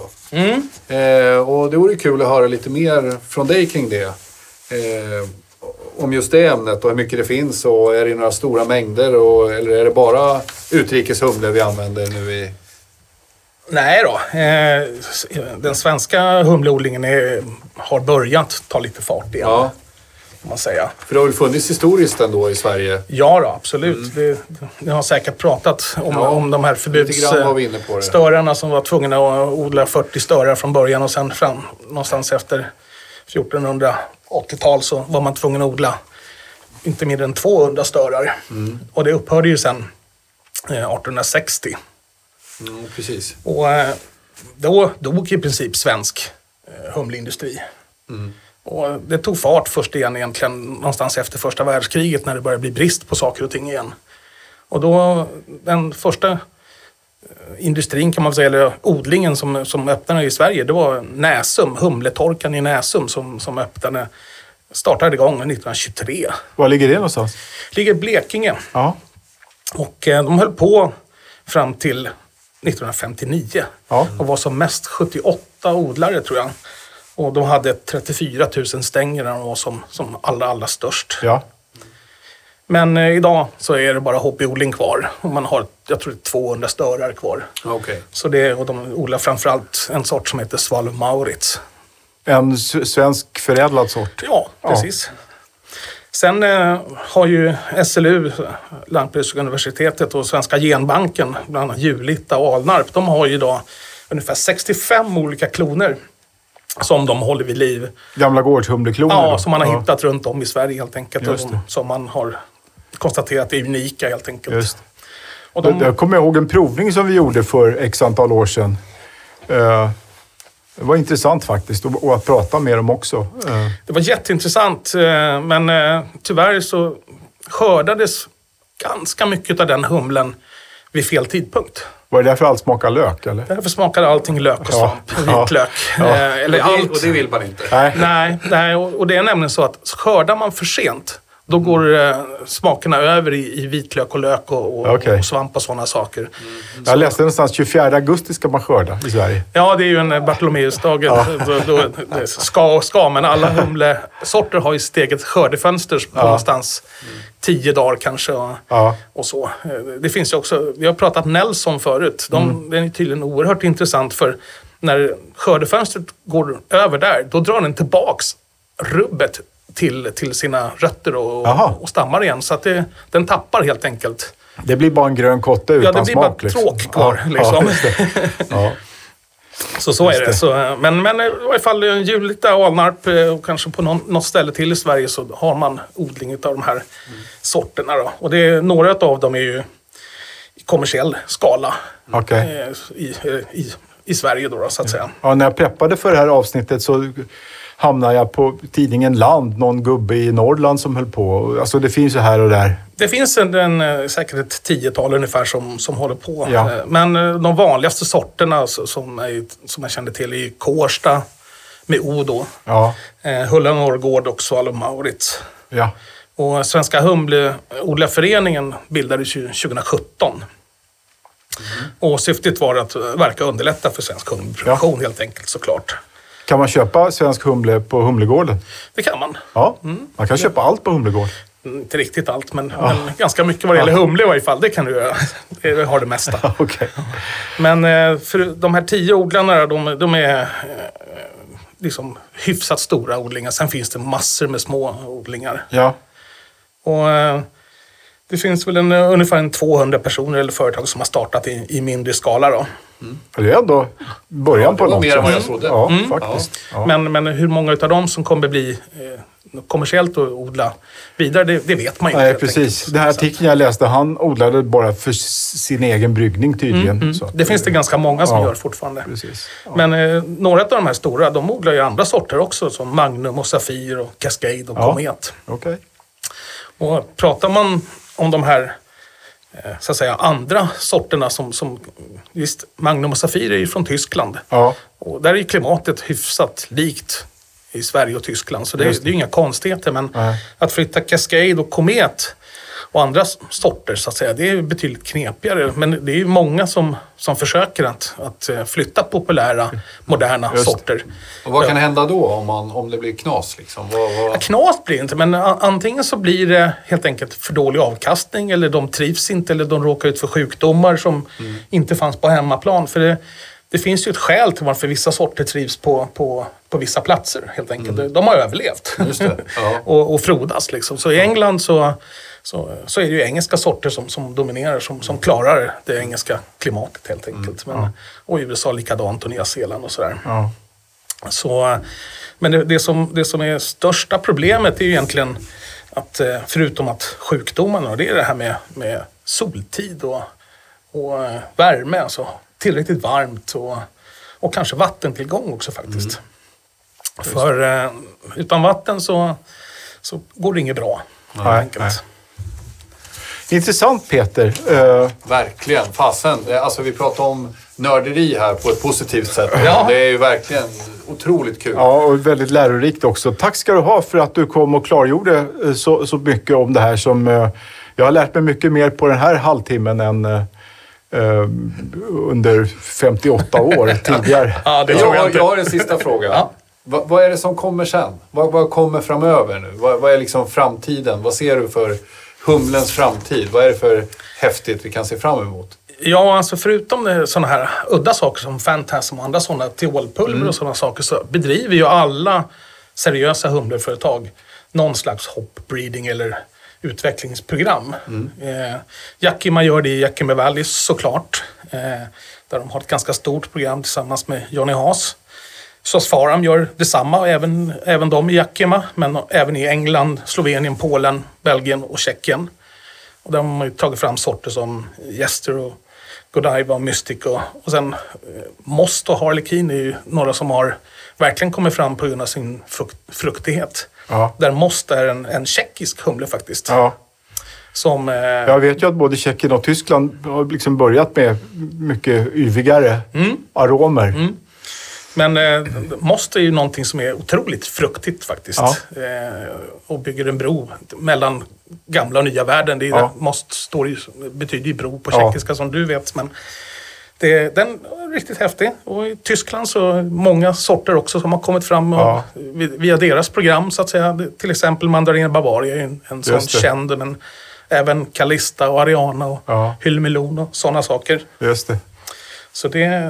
Och det vore kul att höra lite mer från dig kring det. Om just det ämnet och hur mycket det finns och är det några stora mängder eller är det bara utrikeshumle vi använder nu i... Nej då. Den svenska humleodlingen har börjat ta lite fart igen. Ja. Kan man säga. För det har väl funnits historiskt ändå i Sverige? Ja då, absolut. Det har säkert pratat om de här förbudsstörarna som var tvungna att odla 40 störar från början och sen fram någonstans efter 1480-tal så var man tvungen att odla inte mindre än 200 störar. Och det upphörde ju sen 1860. Precis. Och då dog i princip svensk humleindustri. Och det tog fart först igen egentligen någonstans efter första världskriget när det började bli brist på saker och ting igen. Och då den första industrin kan man säga, eller odlingen som öppnade i Sverige, det var Näsum, humletorkan i Näsum som startade igång 1923. Var ligger det någonstans? Ligger i Blekinge. Ja. Och de höll på fram till 1959 och var som mest 78 odlare tror jag. Och de hade 34 000 stänger när de var som allra störst. Ja. Men idag så är det bara hobbyodling kvar. Och man har, jag tror 200 störar kvar. Okay. Så och de odlar framförallt en sort som heter Svalöv Maurits. En svensk förädlad sort? Ja, precis. Ja. Sen har ju SLU, Lantbruksuniversitetet och Svenska genbanken, bland annat Julita och Alnarp, de har ju idag ungefär 65 olika kloner som de håller vid liv. Gamla gårdshumlekloner? Ja, som man har hittat runt om i Sverige helt enkelt. Och som man har konstaterat är unika helt enkelt. Just. Och Jag kommer ihåg en provning som vi gjorde för x antal år sedan. Det var intressant faktiskt och att prata med dem också. Det var jätteintressant, men tyvärr så skördades ganska mycket av den humlen vid fel tidpunkt. Var det därför allt smakar lök, eller? Därför smakade allting lök och svamp. Vitlök. Eller allt. Och det vill man inte. Nej, och det är nämligen så att skördar man för sent, då går smakerna över i vitlök och lök och svamp och sådana saker. Jag läste någonstans 24 augusti ska man skörda i Sverige. Ja, det är ju en Bartolomeusdag. Men alla humlesorter har ju sitt eget skördefönster på någonstans 10 dagar kanske. Och så. Det finns ju också, vi har pratat Nelson förut. Den är tydligen oerhört intressant, för när skördefönstret går över där, då drar den tillbaks rubbet till sina rötter och stammar igen. Så att den tappar helt enkelt. Det blir bara en grön kotte utan smak. Ja, det blir bara tråk kvar. Liksom. Så är det. Så, men i varje fall Julita, Alnarp och kanske på något ställe till i Sverige så har man odling av de här sorterna. Då. Och några av dem är ju i kommersiell skala i Sverige då, så att säga. Ja, när jag preppade för det här avsnittet så hamnade jag på tidningen Land, någon gubbe i Norrland som höll på. Alltså det finns ju här och där. Det finns säkert ett 10-tal ungefär som håller på. Ja. Men de vanligaste sorterna som jag kände till är Kårsta med O då. Ja. Hulla Norrgård och Svalöv Mauritz. Ja. Och Svenska Humleodlarföreningen bildades 2017. Och syftet var att verka underlätta för svensk humleproduktion helt enkelt, såklart. Kan man köpa svensk humle på Humlegården? Det kan man. Ja, man kan köpa allt på Humlegården. Inte riktigt allt, men ganska mycket vad det gäller humle i varje fall. Det kan du göra. Det har det mesta. Okay. Men för de här 10 odlarna, de är liksom hyfsat stora odlingar. Sen finns det massor med små odlingar. Ja. Och det finns väl ungefär 200 personer eller företag som har startat i mindre skala då. Det är ändå början på något. Mer än vad jag trodde. Ja, faktiskt. Ja. Men hur många av dem som kommer bli kommersiellt att odla vidare, det vet man ju inte. Nej, precis. Den här artikeln jag läste, han odlade bara för sin egen bryggning tydligen. Så det finns det ganska många som gör fortfarande. Precis. Ja. Men några av de här stora, de odlar ju andra sorter också, som Magnum och Safir och Cascade och Komet. Okay. Och pratar man om de här så att säga andra sorterna som just Magnum och Safir är ju från Tyskland. Ja. Och där är ju klimatet hyfsat likt i Sverige och Tyskland. Så det är ju inga konstigheter. Men att flytta Cascade och Komet och andra sorter så att säga, det är betydligt knepigare. Men det är ju många som försöker att flytta populära, moderna sorter. Och vad kan hända då om det blir knas? Liksom? Ja, knas blir det inte, men antingen så blir det helt enkelt för dålig avkastning, eller de trivs inte, eller de råkar ut för sjukdomar som inte fanns på hemmaplan. För det finns ju ett skäl till varför vissa sorter trivs på vissa platser helt enkelt. De har överlevt. Just det. Ja. och frodas liksom. Så i England så är det ju engelska sorter som dominerar, som klarar det engelska klimatet helt enkelt. Och i USA likadant och Nya Zeeland och sådär. Ja. Så, men det som är största problemet är ju egentligen att förutom att sjukdomarna, det är det här med soltid och värme, alltså tillräckligt varmt och kanske vattentillgång också faktiskt. För utan vatten så går det inget bra. Nej. Intressant, Peter. Verkligen. Fasen. Alltså vi pratar om nörderi här på ett positivt sätt. Ja. Det är ju verkligen otroligt kul. Ja, och väldigt lärorikt också. Tack ska du ha för att du kom och klargjorde så mycket om det här som... Jag har lärt mig mycket mer på den här halvtimmen än under 58 år tidigare. Ja, det tror jag inte. Jag har en sista fråga. Ja. Vad är det som kommer sen? Vad kommer framöver nu? Vad är liksom framtiden? Vad ser du för humlens framtid? Vad är det för häftigt vi kan se fram emot? Ja, alltså förutom sådana här udda saker som Fantasm och andra sådana teolpulver och sådana saker, så bedriver ju alla seriösa humleföretag någon slags hopbreeding eller utvecklingsprogram. Yakima gör det i Yakima Valley såklart. Där de har ett ganska stort program tillsammans med Johnny Haas. SOS Farm gör detsamma, även de i Yakima, men även i England, Slovenien, Polen, Belgien och Tjeckien. Och där har man ju tagit fram sorter som Jester och Godiva och Mystic. Och sen Most och Harlequin är ju några som har verkligen kommit fram på grund av sin fruktighet. Ja. Där Most är en tjeckisk humle faktiskt. Ja. Som, Jag vet ju att både Tjeckien och Tyskland har liksom börjat med mycket yvigare aromer. Mm. Men Most är ju någonting som är otroligt fruktigt faktiskt. Ja. Och bygger en bro mellan gamla och nya världen. Det är Most betyder ju bro på tjeckiska som du vet. Men den är riktigt häftig. Och i Tyskland så är många sorter också som har kommit fram via deras program så att säga. Till exempel Mandarina Bavaria är en sån känd. Men även Calista och Ariana och Hylmelon och sådana saker. Just det. Så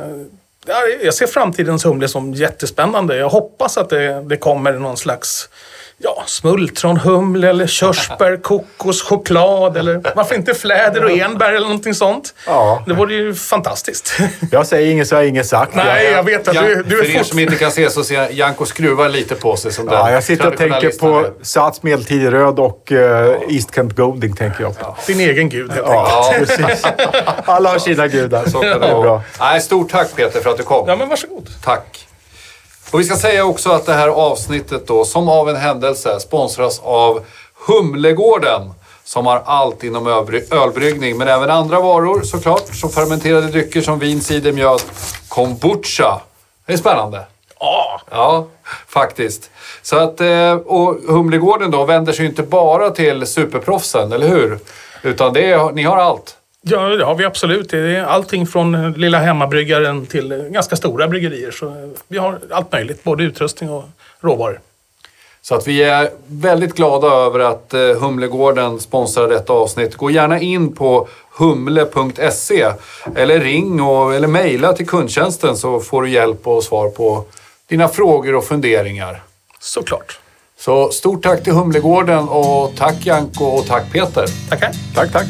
jag ser framtidens humle som jättespännande. Jag hoppas att det kommer någon slags smultronhumle eller körsbär, kokos, choklad eller varför inte fläder och enbär eller någonting sånt. Ja. Det vore ju fantastiskt. Jag säger inget så har jag inget sagt. Nej, jag vet att du är för er som inte kan se så ser Janko skruva lite på sig som den. Jag sitter och tänker på Sats Medeltid Röd och East Kent Golding tänker jag på. Din egen gud helt enkelt. Ja, precis. Alla har sina gudar. Så kan det vara. Nej, stort tack Peter för att du kom. Ja, men varsågod. Tack. Och vi ska säga också att det här avsnittet då, som av en händelse, sponsras av Humlegården som har allt inom ölbryggning, men även andra varor såklart, som fermenterade drycker som vin, cider, mjöd, kombucha. Det är spännande. Ja, faktiskt. Så att, och Humlegården då vänder sig inte bara till superproffsen, eller hur? Utan ni har allt. Ja, det har vi absolut. Det är allting från lilla hemmabryggaren till ganska stora bryggerier. Så vi har allt möjligt, både utrustning och råvaror. Så att vi är väldigt glada över att Humlegården sponsrar detta avsnitt. Gå gärna in på humle.se eller ring eller mejla till kundtjänsten så får du hjälp och svar på dina frågor och funderingar. Såklart. Så stort tack till Humlegården och tack Janko och tack Peter. Tackar. Tack.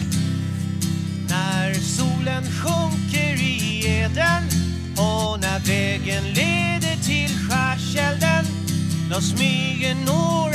När solen sjunker i Eden och när vägen leder till skärselden, då smyger några